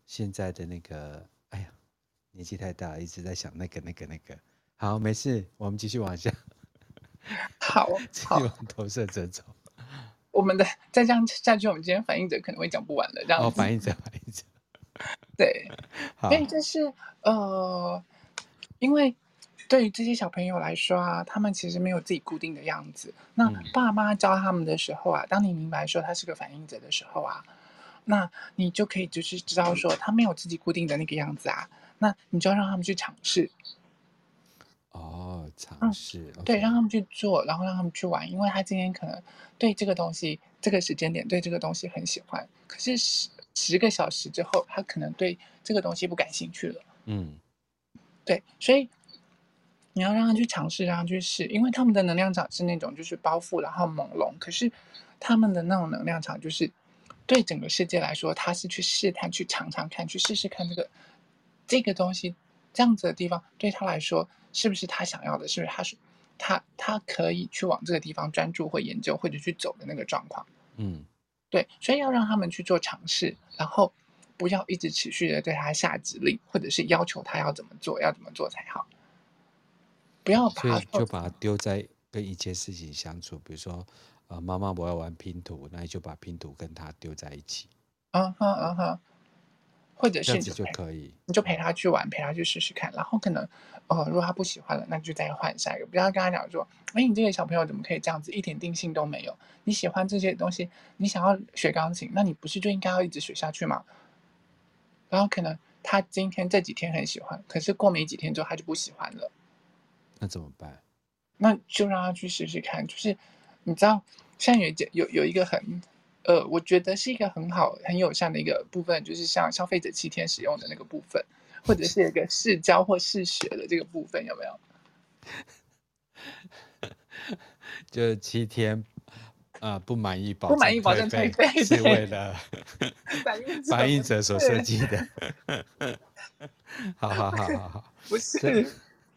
现在的那个，哎呀，年纪太大了，一直在想那个那个那个。好，没事，我们继续往下， 好继续好， 往投射者走。 我们的再这样下去，我们今天反应者可能会讲不完了，这哦， 样子。 反应者，反应者， 对，所好， 以就是呃，因为对于这些小朋友来说啊，他们其实没有自己固定的样子。那嗯爸妈教他们的时候啊，当你明白说他是个反应者的时候啊，那你就可以就是知道说他没有自己固定的那个样子啊，那你就要让他们去尝试。 哦，尝嗯， 试对，让 ，OK， 他们去做，然后让他们去玩，因为他今天可能对这个东西，这个时间点对这个东西很喜欢，可是十十个小时之后，他可能对这个东西不感兴趣了。 嗯对，所以你要让他去尝试，让他去试，因为他们的能量场是那种就是包覆然后朦胧，可是他们的那种能量场就是对整个世界来说，他是去试探、去尝尝看、去试试看这个这个东西这样子的地方对他来说是不是他想要的，是不是他是他他可以去往这个地方专注或研究或者去走的那个状况。 嗯， 对，所以要让他们去做尝试，然后不要一直持续的对他下指令，或者是要求他要怎么做，要怎么做才好。不要把所以它做就把它丢在跟一件事情相处，比如说，呃，妈妈我要玩拼图，那你就把拼图跟他丢在一起， 嗯哼嗯哼，或者这样子是你就陪就可以。 你就陪他去玩，陪他去试试看，然后可能，呃，如果他不喜欢了，那就再换下一个。不要跟他讲说，哎，你这个小朋友怎么可以这样子，一点定性都没有？你喜欢这些东西，你想要学钢琴，那你不是就应该要一直学下去吗？然后可能他今天这几天很喜欢，可是过没几天之后他就不喜欢了。 那怎么办？ 那就让他去试试看。就是你知道，像有一件有有一个很，呃，我觉得是一个很好、很友善的一个部分，就是像消费者七天使用的那个部分，或者是一个试教或试学的这个部分，有没有？ 就七天，呃，不满意保证不满意保退费， 证退费， 是为对， 了反应者反不应者所设是计的。好好好好好， 不所以是，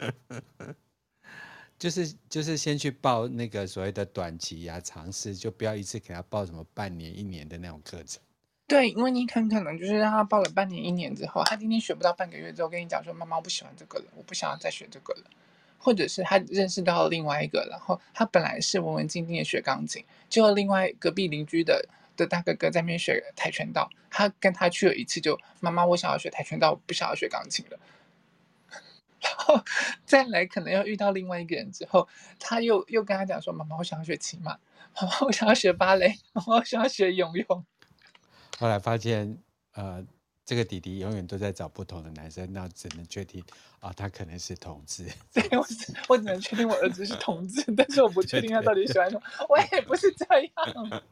就是就是先去报那个所谓的短期呀、尝试，就不要一次给他报什么半年、一年的那种课程。 对，因为你很可能就是让他报了半年、一年之后，他今天学不到半个月之后，跟你讲说：“妈妈，我不喜欢这个了，我不想要再学这个了。”或者是他认识到了另外一个，然后他本来是文文静静的学钢琴，结果另外隔壁邻居的的大哥哥在那边学跆拳道，他跟他去了一次就，妈妈，我想要学跆拳道，我不想要学钢琴了。然后再来可能又遇到另外一个人之后，他又又跟他讲说，妈妈，我想要学骑马，妈妈，我想要学芭蕾，妈妈，我想要学游泳。 后来发现，呃，这个弟弟永远都在找不同的男生，那只能确定啊，他可能是同志。 对，我只我只能确定我儿子是同志，但是我不确对定他对对， 到底喜欢什么。我也不是这样，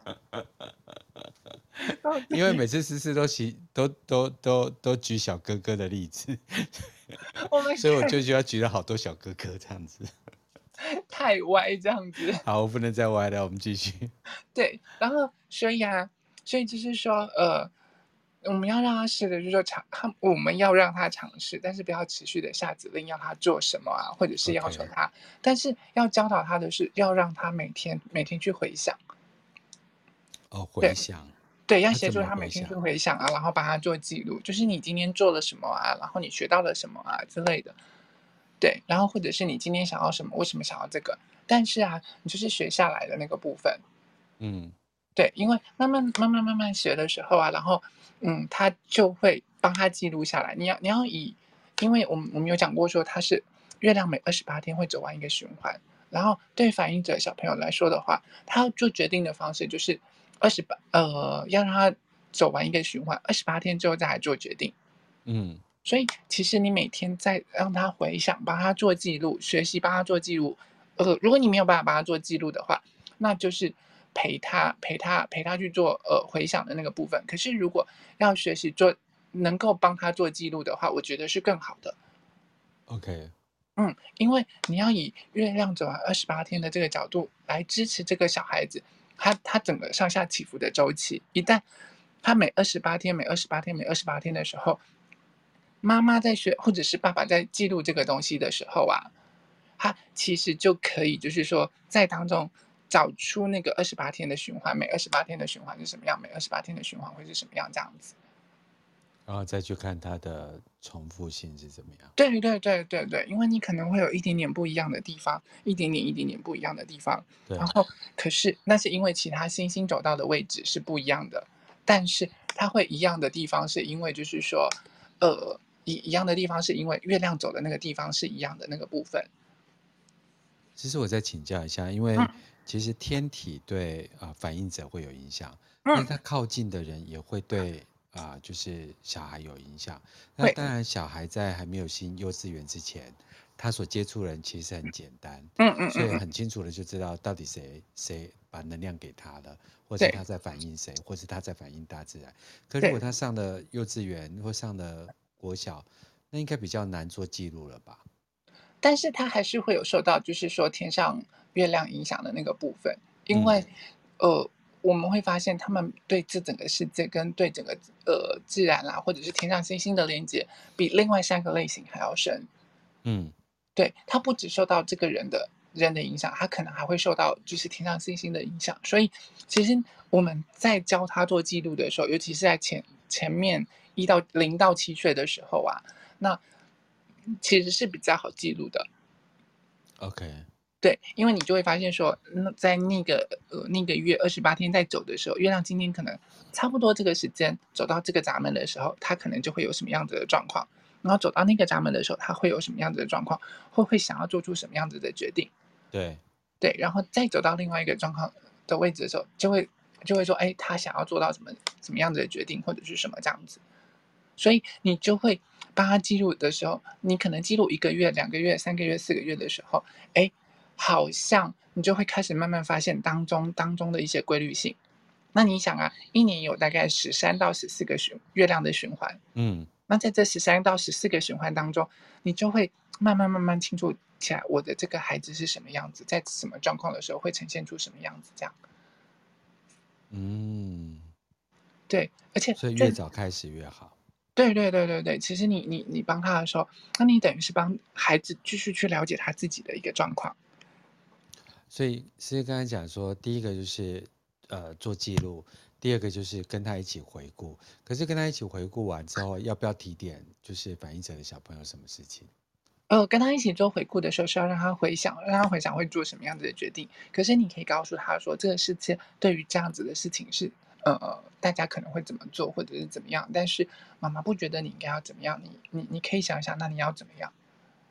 到底因为每次思思都举都都都都举小哥哥的例子， 我们所以我就需要举了好多小哥哥这样子。 太歪这样子。 好，我不能再歪了，我们继续。 对，然后所以啊，所以就是说，呃，我们要让他试的，就是说尝，他我们要让他尝试，但是不要持续的下指令要他做什么啊，或者是要求 OK， 他，但是要教导他的是，要让他每天每天去回想， 哦，回对想， 对，要他怎协助么回想？ 他每天去回想啊，然后帮他做记录，就是你今天做了什么啊，然后你学到了什么啊之类的，对，然后或者是你今天想要什么，为什么想要这个，但是啊，你就是学下来的那个部分。 嗯对，因为慢慢慢慢慢慢学的时候啊，然后，嗯，他就会帮他记录下来。你要你要以，因为我们我们有讲过说，它是月亮每二十八天会走完一个循环。然后对反应者小朋友来说的话，他要做决定的方式就是二十八呃，要让他走完一个循环，二十八天之后再来做决定。 嗯所以其实你每天在让他回想，帮他做记录，学习帮他做记录。呃，如果你没有办法帮他做记录的话，那就是陪他陪他陪他去做呃回想的那个部分。可是如果要学习做能够帮他做记录的话，我觉得是更好的。 ，OK， 嗯，因为你要以月亮走完二十八天的这个角度来支持这个小孩子，他他整个上下起伏的周期。一旦他每二十八天、每二十八天、每二十八天的时候，妈妈在学，或者是爸爸在记录这个东西的时候啊，他其实就可以，就是说在当中找出那个二十八天的循环，每二十八天的循环是什么样，每二十八天的循环会是什么样这样子。 然后再去看它的重复性是怎么样。 对对对对对，因为你可能会有一点点不一样的地方，一点点一点点不一样的地方。然对， 后，可是那是因为其他星星走到的位置是不一样的，但是它会一样的地方，是因为就是说，呃，一一样的地方是因为月亮走的那个地方是一样的那个部分。 其实我再请教一下，因为嗯其实天体对啊、呃反应者会有影响，但是嗯， 他靠近的人也会对啊、呃就是小孩有影响。那会， 当然，小孩在还没有进幼稚园之前，他所接触的人其实很简单， 嗯嗯所以嗯嗯， 很清楚的就知道到底谁谁把能量给他了，或是对他在反映谁，或是他在反映大自然。可如果对。 他上了幼稚园或上了国小，那应该比较难做记录了吧？ 但是它还是会有受到就是说天上月亮影响的那个部分，因嗯为，呃，我们会发现他们对这整个世界跟对整个呃自然啦，或者是天上星星的连接，比另外三个类型还要深。 嗯对，它不只受到这个人的人的影响，它可能还会受到就是天上星星的影响。所以其实我们在教他做记录的时候，尤其是在前前面一到零到七岁的时候啊，那其实是比较好记录的。 ，OK。 对，因为你就会发现说，那在那个呃那个月二十八天在走的时候，月亮今天可能差不多这个时间走到这个闸门的时候，它可能就会有什么样子的状况，然后走到那个闸门的时候，它会有什么样子的状况，会会想要做出什么样子的决定。 对， 对，然后再走到另外一个状况的位置的时候，就会就会说，哎，他想要做到什么什么样子的决定，或者是什么这样子。所以你就会帮他记录的时候，你可能记录一个月、两个月、三个月、四个月的时候，哎，好像你就会开始慢慢发现当中当中的一些规律性。那你想啊，一年有大概十三到十四个循月亮的循环， 嗯那在这十三到十四个循环当中，你就会慢慢慢慢清楚起来，我的这个孩子是什么样子，在什么状况的时候会呈现出什么样子，这样。 嗯， 对，而且所以越这早开始越好。 对对对对对，其实你你你帮他的时候，那你等于是帮孩子继续去了解他自己的一个状况。 所以其实刚才讲说，第一个就是呃做记录，第二个就是跟他一起回顾。可是跟他一起回顾完之后，要不要提点就是反映者的小朋友什么事情？ 呃，跟他一起做回顾的时候，是要让他回想，让他回想会做什么样子的决定。可是你可以告诉他说，这个世界对于这样子的事情是，呃，大家可能会怎么做，或者是怎么样。但是妈妈不觉得你应该要怎么样，你你你可以想想，那你要怎么样？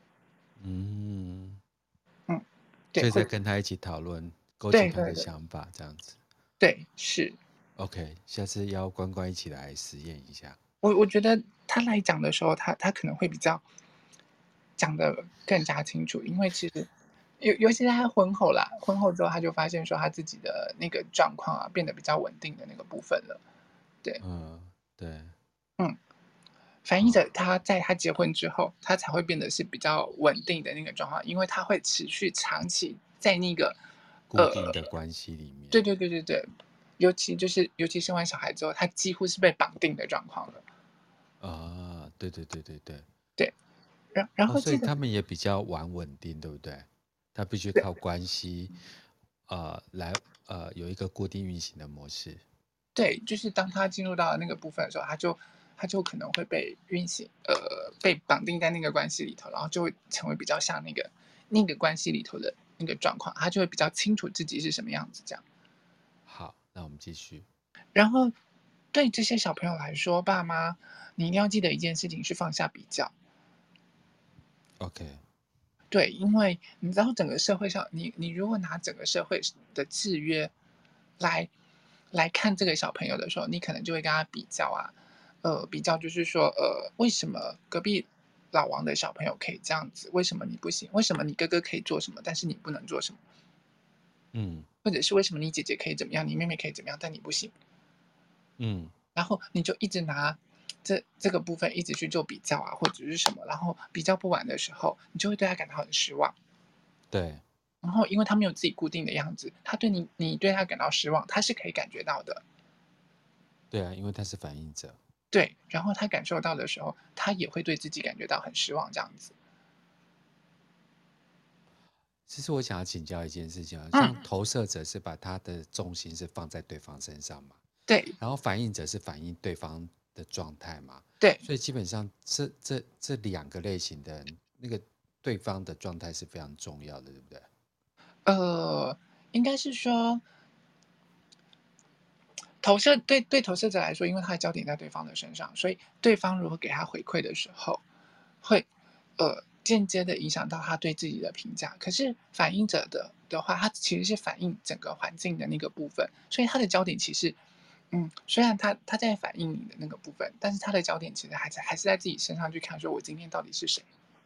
嗯， 嗯，对， 所以再会， 跟他一起讨论，勾起他的对对对想法，这样子。 对，是。 OK，下次邀关关一起来实验一下。 我我觉得他来讲的时候，他他可能会比较讲的更加清楚，因为其实尤尤其是他婚后啦，婚后之后他就发现说他自己的那个状况啊，变得比较稳定的那个部分了。对， 嗯，对， 嗯，反映好， 着他在他结婚之后，他才会变得是比较稳定的那个状况，因为他会持续长期在那个， 固呃， 定的关系里面。 对对对对对，尤其就是尤其生完小孩之后，他几乎是被绑定的状况了。 啊，对对对对对。 对，然然哦，所以后记得他们也比较晚稳定，对不对？他必须对。 靠关系，呃，来呃有一个固定运行的模式。 对，就是当他进入到那个部分的时候，他就他就可能会被运行，呃，被绑定在那个关系里头，然后就会成为比较像那个那个关系里头的那个状况，他就会比较清楚自己是什么样子这样。 好，那我们继续。 然后对这些小朋友来说，爸妈你一定要记得一件事情是放下比较。 OK， 对，因为你知道整个社会上，你你如果拿整个社会的制约来来看这个小朋友的时候，你可能就会跟他比较啊，呃，比较就是说，呃，为什么隔壁老王的小朋友可以这样子，为什么你不行？为什么你哥哥可以做什么，但是你不能做什么？ 嗯或者是为什么你姐姐可以怎么样，你妹妹可以怎么样，但你不行？ 嗯然后你就一直拿这这个部分一直去做比较啊，或者是什么，然后比较不完的时候，你就会对他感到很失望。 对然后因为他没有自己固定的样子，他对你你对他感到失望，他是可以感觉到的。 对啊，因为他是反应者。 对，然后他感受到的时候，他也会对自己感觉到很失望这样子。 其实我想要请教一件事情啊，像嗯， 投射者是把他的重心是放在对方身上嘛， 对， 然后反应者是反映对方的状态嘛， 对， 所以基本上这这这两个类型的人，那个对方的状态是非常重要的，对不对？ 呃，应该是说投射对对投射者来说，因为他的焦点在对方的身上，所以对方如果给他回馈的时候，会呃间接的影响到他对自己的评价。可是反应者的的话，他其实是反映整个环境的那个部分，所以他的焦点其实，嗯，虽然他他在反映你的那个部分，但是他的焦点其实还是还是在自己身上去看，说我今天到底是谁。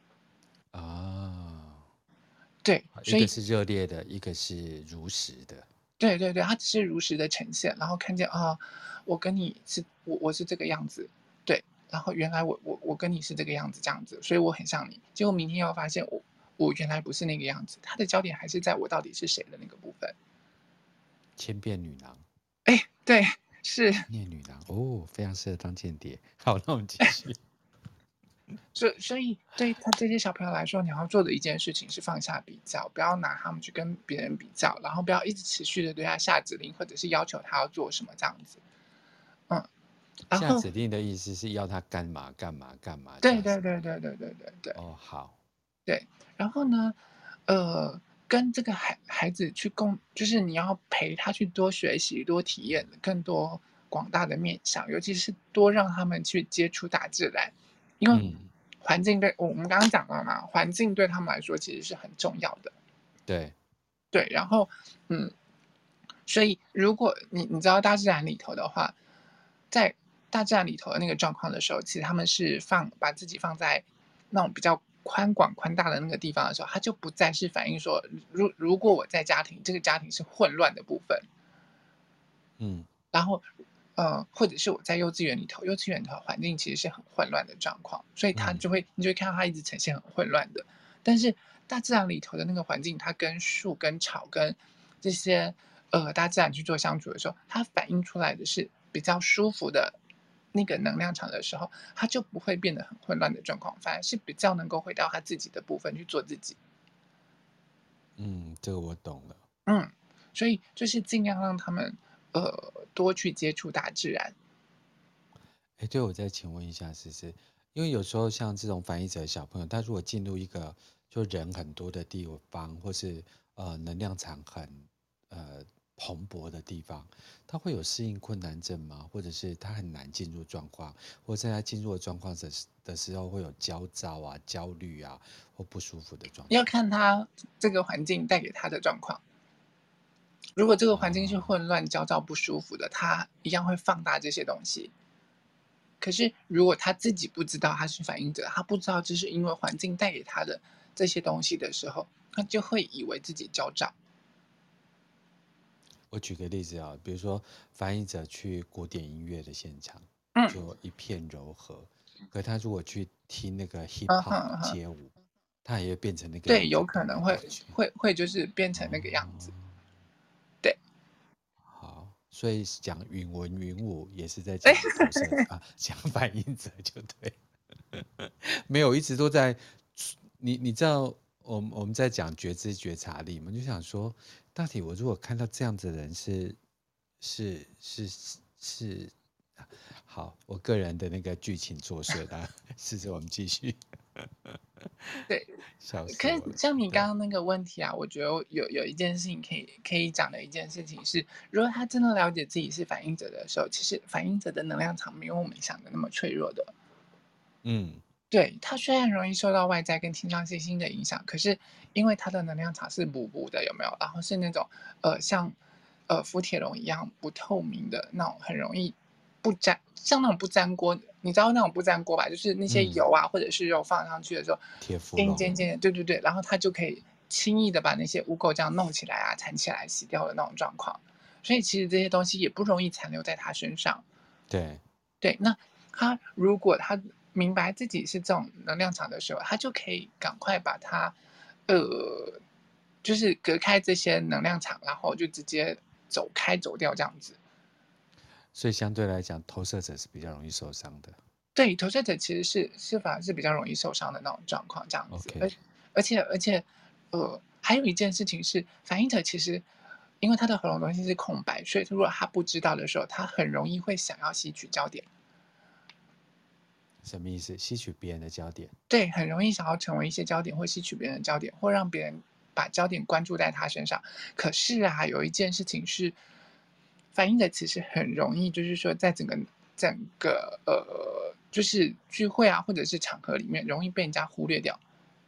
啊， 对，所以一个是热烈的，一个是如实的。 对对对，他只是如实的呈现，然后看见啊，我跟你是我我是这个样子，对，然后原来我我我跟你是这个样子这样子，所以我很像你。结果明天又发现我我原来不是那个样子，他的焦点还是在我到底是谁的那个部分。 千变女郎， 哎，对，是， 千变女郎哦，非常适合当间谍。好，那我们继续。 所以所以对于他这些小朋友来说，你要做的一件事情是放下比较，不要拿他们去跟别人比较，然后不要一直持续的对他下指令，或者是要求他要做什么这样子。嗯，然后下指令的意思是要他干嘛干嘛干嘛这对样子吗？ 对对对对对对对。 哦，好， 对，然后呢，呃，跟这个孩孩子去共，就是你要陪他去多学习、多体验更多广大的面向，尤其是多让他们去接触大自然，因为嗯， 环境对我们刚刚讲了嘛，环境对他们来说其实是很重要的。 对， 对，然后嗯，所以如果你你知道大自然里头的话，在大自然里头的那个状况的时候，其实他们是放把自己放在那种比较宽广宽大的那个地方的时候，他就不再是反映说，如如果我在家庭，这个家庭是混乱的部分， 嗯然后呃，或者是我在幼稚园里头，幼稚园的环境其实是很混乱的状况，所以他嗯就会你就会看到他一直呈现很混乱的。但是大自然里头的那个环境，它跟树、跟草、跟这些呃大自然去做相处的时候，它反映出来的是比较舒服的那个能量场的时候，它就不会变得很混乱的状况，反而是比较能够回到他自己的部分去做自己。 嗯，这个我懂了。 嗯，所以就是尽量让他们呃多去接触大自然。 哎，对，我再请问一下，思思，因为有时候像这种反应者的小朋友，他如果进入一个就人很多的地方，或是呃能量场很呃蓬勃的地方，他会有适应困难症吗？或者是他很难进入状况，或者在他进入的状况的时的时候会有焦躁啊、焦虑啊或不舒服的状要态？ 看他这个环境带给他的状况。如果这个环境是啊， 混乱、焦躁、不舒服的，他一样会放大这些东西。可是如果他自己不知道他是反应者，他不知道这是因为环境带给他的这些东西的时候，他就会以为自己焦躁。 我举个例子啊，比如说翻译者去古典音乐的现场， 嗯， 就一片柔和，可他如果去听那个 hip 嗯 hop 哼哼， 街舞，他也会变成那个对， 样子， 有可懂的能会感觉。 会会就是变成那个样子。 哦， 对， 好，所以讲云文云武也是在哎， 讲投射啊，讲反应者就对。没有，一直都在。你你知道，我们我们在讲觉知觉察力嘛，就想说，到底我如果看到这样子的人是是是是是，好，我个人的那个剧情作祟啦，试着我们继续， 对， 笑死可是我了。 像你刚对， 刚那个问题啊，我觉得有有一件事情可以可以讲的一件事情是，如果他真的了解自己是反应者的时候，其实反应者的能量场没有我们想的那么脆弱的。 嗯对，他虽然容易受到外在跟天上星星的影响，可是因为他的能量场是补补的，有没有？然后是那种呃像呃福铁龙一样不透明的那种，很容易不粘，像那种不粘锅，你知道那种不粘锅吧？就是那些嗯， 油啊或者是肉放上去的时候， 铁氟龙， 尖尖尖的，对对对，然后它就可以轻易的把那些污垢这样弄起来啊、缠起来、洗掉的那种状况。所以其实这些东西也不容易残留在他身上。 对， 对，那他如果他明白自己是这种能量场的时候，他就可以赶快把它，呃，就是隔开这些能量场，然后就直接走开走掉这样子。 所以相对来讲，投射者是比较容易受伤的。 对，投射者其实是是反而是比较容易受伤的那种状况这样子，而 OK， 而且而且，呃，还有一件事情是，反应者其实因为他的喉咙东西是空白，所以如果他不知道的时候，他很容易会想要吸取焦点。 什么意思？吸取别人的焦点。 对，很容易想要成为一些焦点，或吸取别人的焦点，或让别人把焦点关注在他身上。可是啊，有一件事情是，反映的其实很容易，就是说在整个整个呃，就是聚会啊，或者是场合里面，容易被人家忽略掉。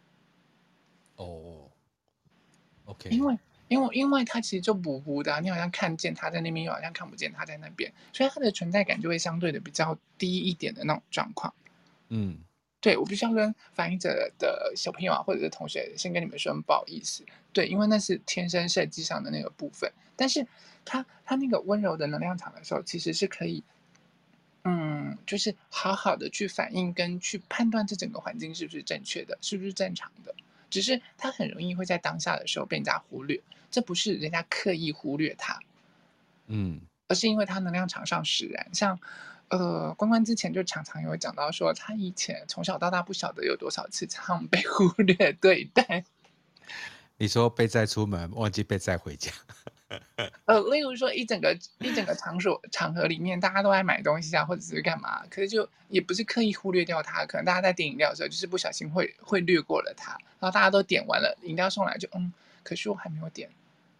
哦，OK。 因为因为因为他其实就模糊的啊，你好像看见他在那边，又好像看不见他在那边，所以他的存在感就会相对的比较低一点的那种状况。 嗯。 对，我必须要跟反映者的小朋友啊，或者是同学先跟你们说不好意思。对，因为那是天生设计上的那个部分，但是他他那个温柔的能量场的时候，其实是可以，嗯，就是好好的去反映跟去判断这整个环境是不是正确的，是不是正常的。只是他很容易会在当下的时候被人家忽略，这不是人家刻意忽略他， 嗯。 而是因为他能量场上使然。像，呃，关关之前就常常有讲到说，他以前从小到大不晓得有多少次这样被忽略对待。 你说被载出门，忘记被载回家。 呃，例如说一整个一整个场所场合里面，大家都在买东西啊，或者是干嘛，可是就也不是刻意忽略掉他，可能大家在点饮料的时候，就是不小心会会略过了他，然后大家都点完了，饮料送来就嗯，可是我还没有点。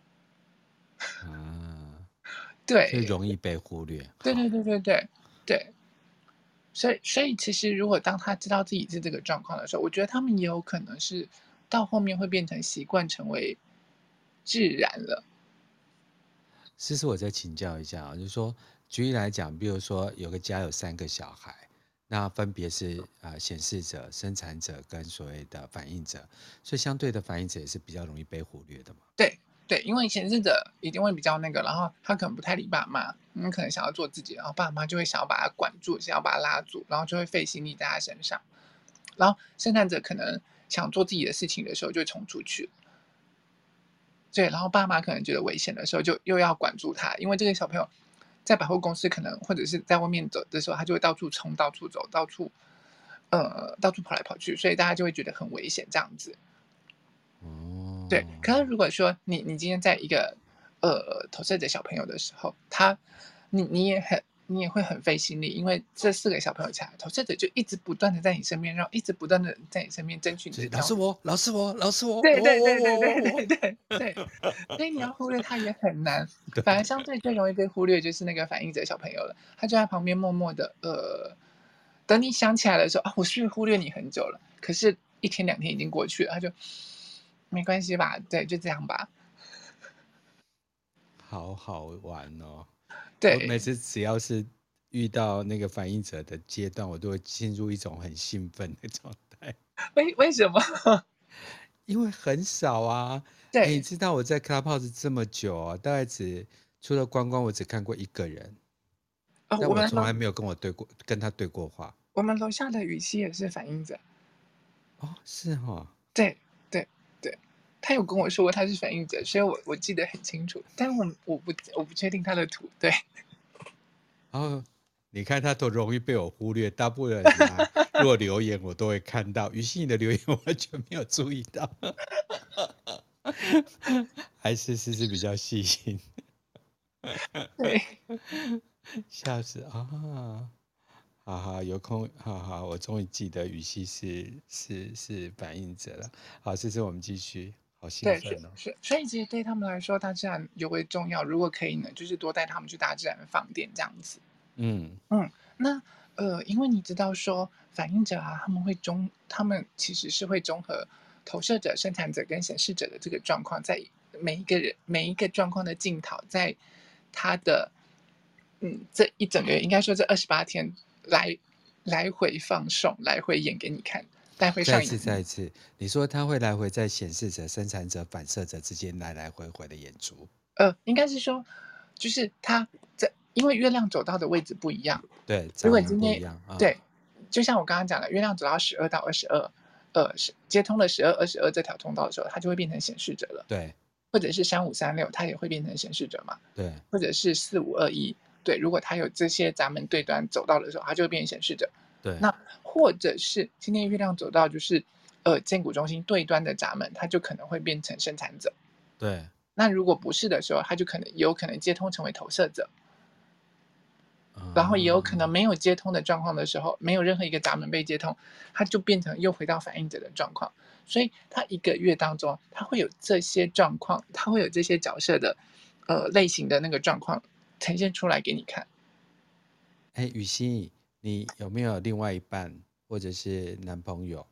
啊，所以对， 容易被忽略。好。 对对对对对对。所以所以其实如果当他知道自己是这个状况的时候，我觉得他们也有可能是到后面会变成习惯，成为自然了。 思思，我再请教一下啊，就是说，举例来讲，比如说有个家有三个小孩，那分别是啊显示者、生产者跟所谓的反应者，所以相对的反应者也是比较容易被忽略的嘛。 对对，因为显示者一定会比较那个，然后他可能不太理爸妈，嗯，可能想要做自己，然后爸妈就会想要把他管住，想要把他拉住，然后就会费心力在他身上。然后生产者可能想做自己的事情的时候，就冲出去。对，然后爸妈可能觉得危险的时候，就又要管住他，因为这个小朋友在百货公司可能或者是在外面走的时候，他就会到处冲、到处走、到处呃到处跑来跑去，所以大家就会觉得很危险这样子。对， 哦。 可是如果说你你今天在一个呃投射者小朋友的时候，他你你也很你也会很费心力，因为这四个小朋友起来，投射者就一直不断的在你身边，然后一直不断的在你身边争取你就的焦点。 是老师我，老师我，老师我， 对对我我对对对我我我。 对对对，所以你要忽略他也很难， 对。 反而相对最容易被忽略就是那个反应者小朋友了，他就在旁边默默的，呃，等你想起来的时候啊，我是不是忽略你很久了？可是，一天两天已经过去了，他就没关系吧，对，就这样吧， 好好玩哦！我每对， 次只要是遇到那个反应者的阶段，我都会进入一种很兴奋的状态。 为为什么？ 因为很少啊。哎，你对， 知道我在 Clubhouse 这么久啊，大概只除了关关，我只看过一个人， 呃， 但我我们楼从来没有跟我对过，跟他对过话。 我们楼下的雨熙也是反应者， 哦，是哦。 对对对，他有跟我说过他是反应者，所以我我记得很清楚，但是我我不我不确定他的图，对。 然后你看他多容易被我忽略，大部分人啊，若留言我都会看到，于是你的留言我完全没有注意到。还是思思比较细心。 对笑死啊！好好，有空，好好，我终于记得羽西是是是反应者了。好，思思，我们继续，好兴对，是奋哦。 是，所以其实对他们来说，大自然尤为重要。如果可以呢，就是多带他们去大自然放电这样子。 嗯。 嗯，那呃，因为你知道说反应者啊，他们会中，他们其实是会综合投射者、生产者跟显示者的这个状况，在每一个人每一个状况的镜头，在他的嗯这一整个月，应该说这二十八天来来回放送，来回演给你看，来回再一次， 上演。 再一次，你说他会来回在显示者、生产者、反射者之间来来回回的演出。 呃，应该是说，就是他在因为月亮走到的位置不一样。 对， 如杂音果今天不一样啊。 对，就像我刚刚讲的，月亮走到十二到二十二，呃，是接通了十二、二十二这条通道的时候，它就会变成显示者了。 对或者是三五三六，它也会变成显示者嘛。 对或者是四五二一，对，如果它有这些闸门对端走到的时候，它就会变成显示者。 对那或者是今天月亮走到就是呃建股中心对端的闸门，它就可能会变成生产者。 对。 那如果不是的时候，它就可能有可能接通成为投射者。 然后也有可能哦， 没有接通的状况的时候，没有任何一个闸门被接通，它就变成又回到反应者的状况。所以它一个月当中，它会有这些状况，它会有这些角色的呃类型的那个状况呈现出来给你看。 哎，雨欣，你有没有另外一半或者是男朋友？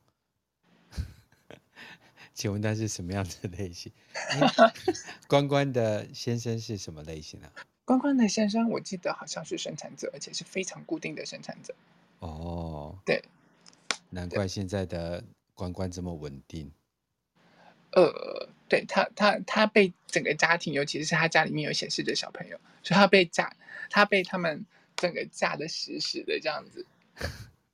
请问他是什么样的类型？哎，关关的先生是什么类型啊？ 关关的先生，我记得好像是生产者，而且是非常固定的生产者。 哦， 对难对， 怪现在的关关这么稳定。 呃，对他他他被整个家庭，尤其是他家里面有显示着小朋友，所以他被架，他被他们整个架的死死的这样子。对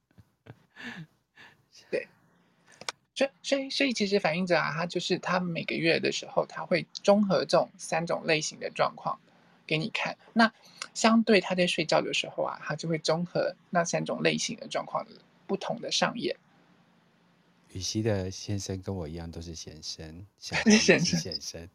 对。所以，所以，所以，其实反映者啊，他就是他每个月的时候，他会综合这种三种类型的状况给你看。那相对他在睡觉的时候啊，他就会综合那三种类型的状况的不同的上演。 雨熙的先生跟我一样都是先生，小孩也是先生， 先生，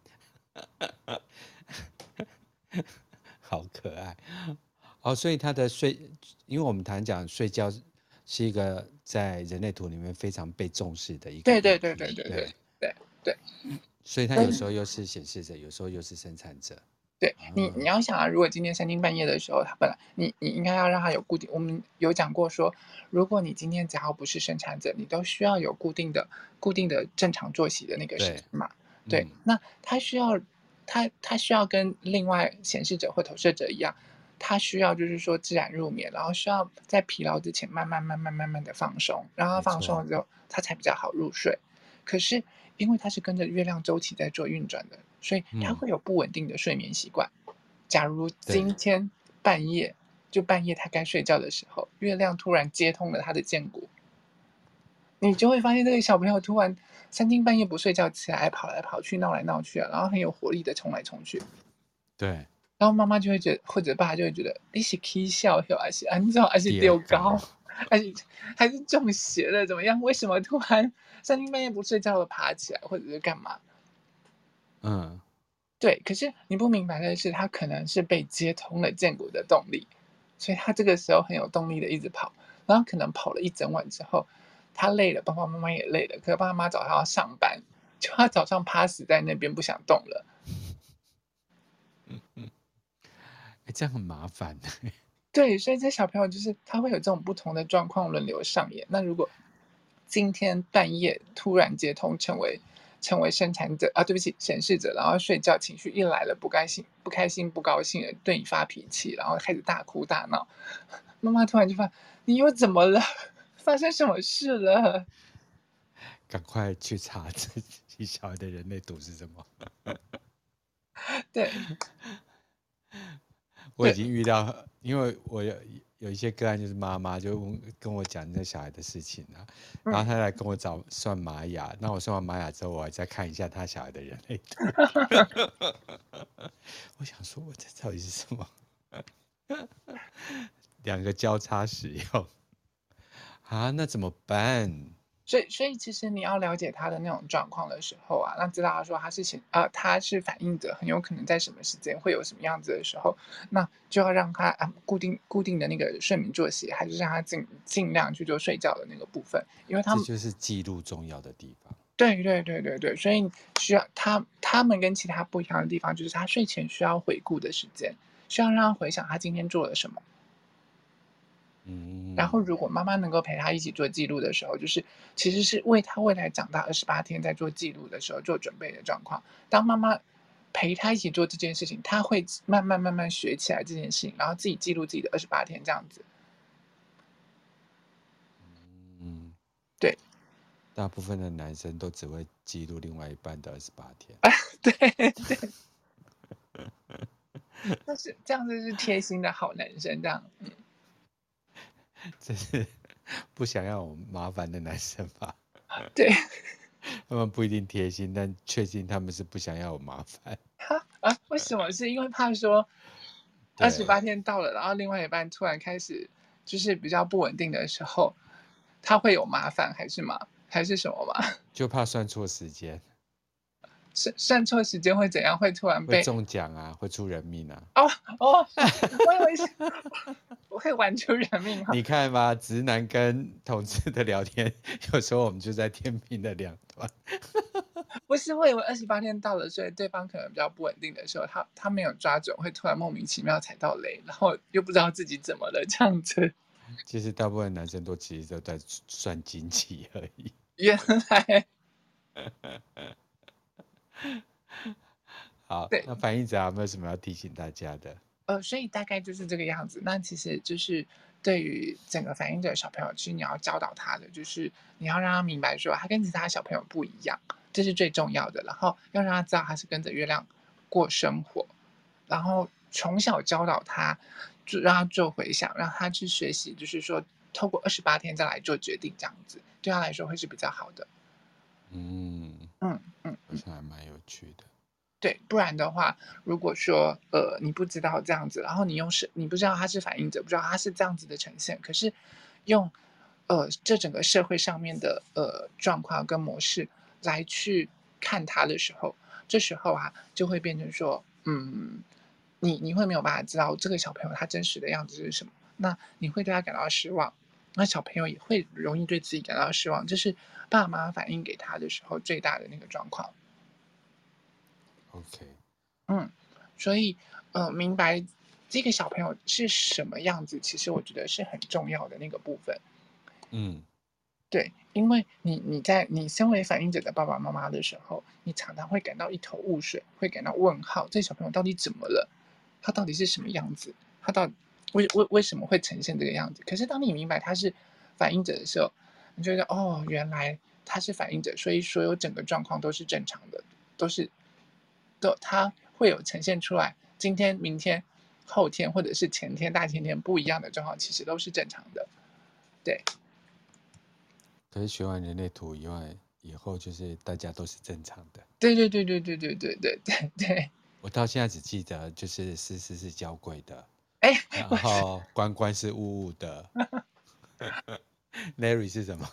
好可爱。哦，所以他的睡，因为我们谈讲睡觉是一个在人类图里面非常被重视的一个对对对对议题， 对对对， 对对。 所以他有时候又是显示者，有时候又是生产者。 对你，你啊， 要想啊，如果今天三更半夜的时候，他本来你你应该要让他有固定。我们有讲过说，如果你今天只要不是生产者，你都需要有固定的、固定的正常作息的那个时对， 间嘛。对， 嗯， 那他需要他他需要跟另外显示者或投射者一样，他需要就是说自然入眠，然后需要在疲劳之前慢慢慢慢慢慢的放松，然后他没错， 放松了之后，他才比较好入睡。可是因为它是跟着月亮周期在做运转的，所以它嗯， 会有不稳定的睡眠习惯。假如对， 今天半夜就半夜他该睡觉的时候，月亮突然接通了他的剑骨，你就会发现这个小朋友突然三更半夜不睡觉起来跑来跑去闹来闹去啊，然后很有活力的冲来冲去。 对， 然后妈妈就会觉得，或者爸爸就会觉得你是起笑还是啊，你知道还是第二丢高， 高， 还是还是中邪了怎么样？为什么突然三更半夜不睡觉的爬起来，或者是干嘛？ 嗯， 对，可是你不明白的是，他可能是被接通了剑骨的动力，所以他这个时候很有动力的一直跑，然后可能跑了一整晚之后，他累了，爸爸妈妈也累了，可是爸爸妈妈早上要上班，就他早上趴死在那边不想动了。 哎，这样很麻烦。 对，所以这小朋友就是他会有这种不同的状况轮流上演。那如果今天半夜突然接通，成为成为生产者啊，对不起，显示者，然后睡觉情绪一来了，不开心、不开心、不高兴的对你发脾气，然后开始大哭大闹，妈妈突然就发，你又怎么了？发生什么事了？ 赶快去查自己小孩的人类图是什么。 对我已对， 经遇到，因为我有有一些个案，就是妈妈就问跟我讲那小孩的事情啊，然后嗯， 他来跟我找算玛雅，那我算完玛雅之后，我还再看一下他小孩的人类图。我想说，我这到底是什么？两个交叉使用啊？那怎么办？ 所以所以其实你要了解他的那种状况的时候啊，那知道他说他是显呃他是反应者，很有可能在什么时间会有什么样子的时候，那就要让他啊固定固定的那个睡眠作息，还是让他尽尽量去做睡觉的那个部分，因为他们这就是记录重要的地方。 对对对对对，所以需要他他们跟其他不一样的地方，就是他睡前需要回顾的时间，需要让他回想他今天做了什么。然后， 嗯如果妈妈能够陪他一起做记录的时候，就是其实是为他未来长大二十八天在做记录的时候做准备的状况。当妈妈陪他一起做这件事情，他会慢慢慢慢学起来这件事情，然后自己记录自己的二十八天这样子。 嗯， 对大部分的男生都只会记录另外一半的二十八天。 对对，但是这样子是贴心的好男生这样。 这是不想要我麻烦的男生吧？ 对他们不一定贴心，但确信他们是不想要我麻烦。 哈啊，为什么？是因为怕说二十对， 八天到了，然后另外一半突然开始就是比较不稳定的时候，他会有麻烦还是吗？还是什么吗？ 就怕算错时间。 算算错时间会怎样？会突然会被中奖啊，会出人命啊。 哦哦，我以为是我会玩出人命哈。 你看吧，直男跟同志的聊天，有时候我们就在天平的两端。 不是，我以为二十八天到了，所以对方可能比较不稳定的时候，他他没有抓准，会突然莫名其妙踩到雷，然后又不知道自己怎么了，这样子。 其实大部分男生都其实都在算经济而已。 原来好， 对， 那反应者有没有什么要提醒大家的？ 呃，所以大概就是这个样子。那其实就是对于整个反应者小朋友，其实你要教导他的，就是你要让他明白说，他跟其他小朋友不一样，这是最重要的。然后要让他知道他是跟着月亮过生活，然后从小教导他，就让他做回想，让他去学习，就是说透过二十八天再来做决定，这样子对他来说会是比较好的。 嗯， 嗯嗯。 好像还蛮有趣的。 对，不然的话，如果说呃你不知道这样子，然后你用是你不知道他是反应者，不知道他是这样子的呈现，可是用呃这整个社会上面的呃状况跟模式来去看他的时候，这时候啊就会变成说，嗯，你你会没有办法知道这个小朋友他真实的样子是什么，那你会对他感到失望，那小朋友也会容易对自己感到失望，这是爸妈反映给他的时候最大的那个状况。 OK。 嗯，所以，呃，明白这个小朋友是什么样子，其实我觉得是很重要的那个部分。 嗯。 对，因为你你在你身为反应者的爸爸妈妈的时候，你常常会感到一头雾水，会感到问号，这小朋友到底怎么了？他到底是什么样子？他到底为为为什么会呈现这个样子？可是当你明白他是反应者的时候，你就觉得哦，原来他是反应者，所以所有整个状况都是正常的，都是都他会有呈现出来，今天、明天、后天或者是前天、大前天不一样的状况，其实都是正常的。对。 可是学完人类图以外，以后就是大家都是正常的。 对对对对对对对对对对。 我到现在只记得就是思思是娇贵的， 哎， 然我是后关关是雾雾的，Larry 是什么？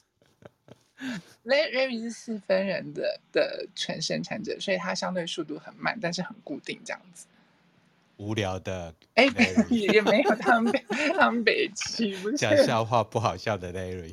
Larry 是四分人的的全生产者，所以他相对速度很慢，但是很固定这样子。 无聊的哎， Larry， 也也没有他们北他们北七不讲是。 笑话不好笑的 Larry。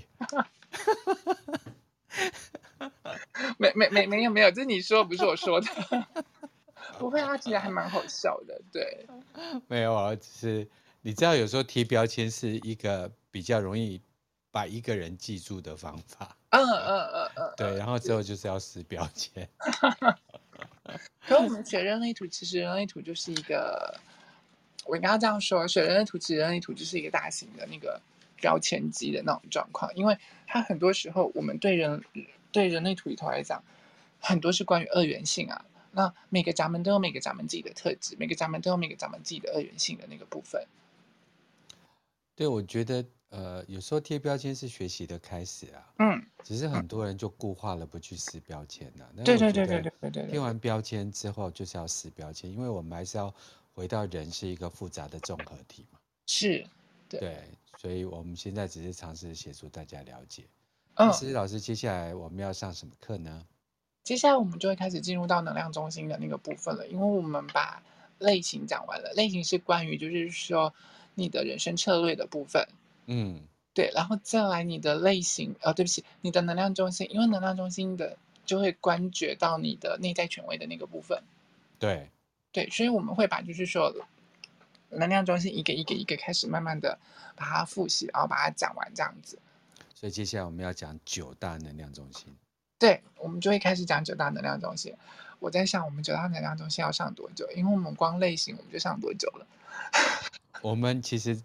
没没没没有没有，这是你说，不是我说的。不会啊，他其实还蛮好笑的，对。 没有啊，只是你知道，有时候贴标签是一个比较容易把一个人记住的方法。 嗯嗯嗯嗯对， 嗯。 然后之后就是要撕标签。 可我们学人类图，其实人类图就是一个，我应该要这样说，学人类图其实人类图就是一个大型的那个标签机的那种状况，因为它很多时候我们对人对人类图里头来讲，很多是关于二元性啊。那每个闸门都有每个闸门自己的特质，每个闸门都有每个闸门自己的二元性的那个部分。 对，我觉得呃，有时候贴标签是学习的开始啊， 嗯只是嗯， 很多人就固化了，不去撕标签了。但对我觉得对对对对对对对对， 贴完标签之后就是要撕标签，因为我们还是要回到人是一个复杂的综合体嘛。 是，对。 对，所以我们现在只是尝试协助大家了解。那嗯， 思思老师，接下来我们要上什么课呢？ 接下来我们就会开始进入到能量中心的那个部分了，因为我们把类型讲完了，类型是关于就是说你的人生策略的部分。 嗯， 对，然后再来你的类型，呃，对不起，你的能量中心，因为能量中心的就会关觉到你的内在权威的那个部分。 对。 对，所以我们会把就是说能量中心一个一个一个开始慢慢的把它复习，然后把它讲完这样子。 所以接下来我们要讲九大能量中心。 对，我们就会开始讲九大能量中心。我在想，我们九大能量中心要上多久？因为我们光类型我们就上多久了？ 我们其实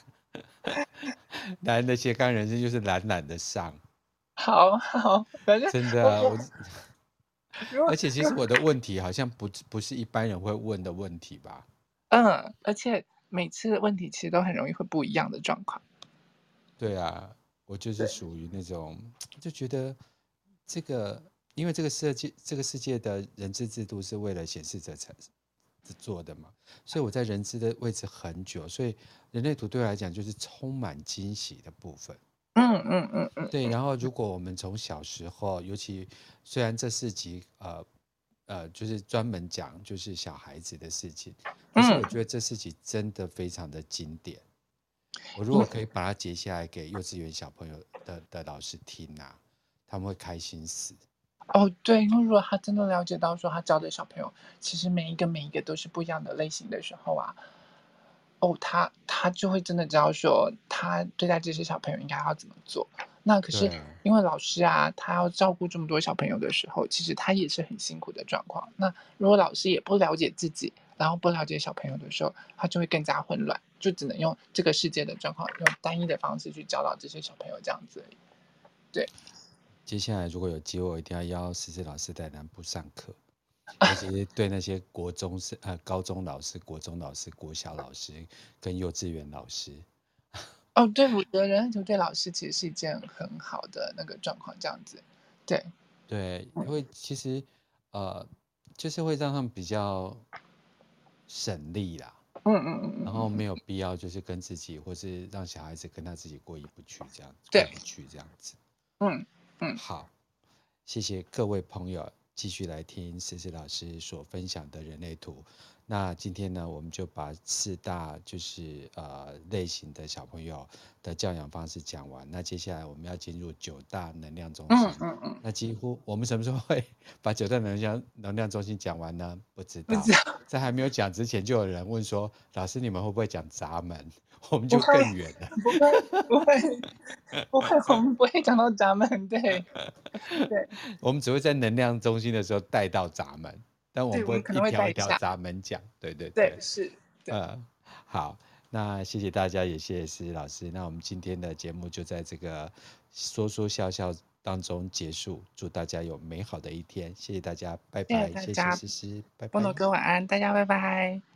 男的斜杠人生就是懒懒的上， 好好，反正真的啊， 我我我如果而且其实我的问题好像不不是一般人会问的问题吧？ 嗯，而且每次的问题其实都很容易会不一样的状况。 对啊，我就是对， 属于那种就觉得这个，因为这个世界这个世界的人治制度是为了显示者才做的嘛，所以我在人资的位置很久，所以人类图对我来讲就是充满惊喜的部分。 嗯嗯嗯嗯对，然后如果我们从小时候，尤其虽然这四集呃呃，就是专门讲就是小孩子的事情，可是嗯， 我觉得这事情真的非常的经典。我如因为果可以把它截下来给幼稚园小朋友的的老师听啊，他们会开心死。 哦，对，因为如果他真的了解到说他教的小朋友，其实每一个每一个都是不一样的类型的时候啊，哦，他他就会真的知道说他对待这些小朋友应该要怎么做。那可是对， 因为老师啊，他要照顾这么多小朋友的时候，其实他也是很辛苦的状况。那如果老师也不了解自己，然后不了解小朋友的时候，他就会更加混乱，就只能用这个世界的状况，用单一的方式去教导这些小朋友这样子而已。对， 接下来如果有机会，我一定要邀思思老师在南部上课，尤其是对那些国中生、呃高中老师、国中老师、国小老师跟幼稚园老师。 哦，对，我觉得人类图对老师其实是一件很好的那个状况，这样子。对， 对， 嗯因为其实呃，就是会让他们比较省力啦， 嗯嗯嗯嗯嗯， 然后没有必要就是跟自己，或是让小孩子跟他自己过意不去，这样过对， 不去这样子。 嗯嗯， 好，谢谢各位朋友继续来听思思老师所分享的人类图。那今天呢，我们就把四大就是呃类型的小朋友的教养方式讲完。那接下来我们要进入九大能量中嗯心。 嗯嗯， 那几乎我们什么时候会把九大能量能量中心讲完呢？不知道。 不知道， 在还没有讲之前，就有人问说：“老师，你们会不会讲闸门？”我们就不会更远了。 不会不会不会，我们不会讲到闸门，对对我们只会在能量中心的时候带到闸门，但我们对， 不会我们可能一条一条会带一下， 闸门讲。对对对， 对是，对， 呃，好，那谢谢大家，也谢谢施老师。那我们今天的节目就在这个说说笑笑当中结束，祝大家有美好的一天，谢谢大家，拜谢谢拜，谢谢大家， 诗诗，拜波诺拜。 哥晚安，大家拜拜。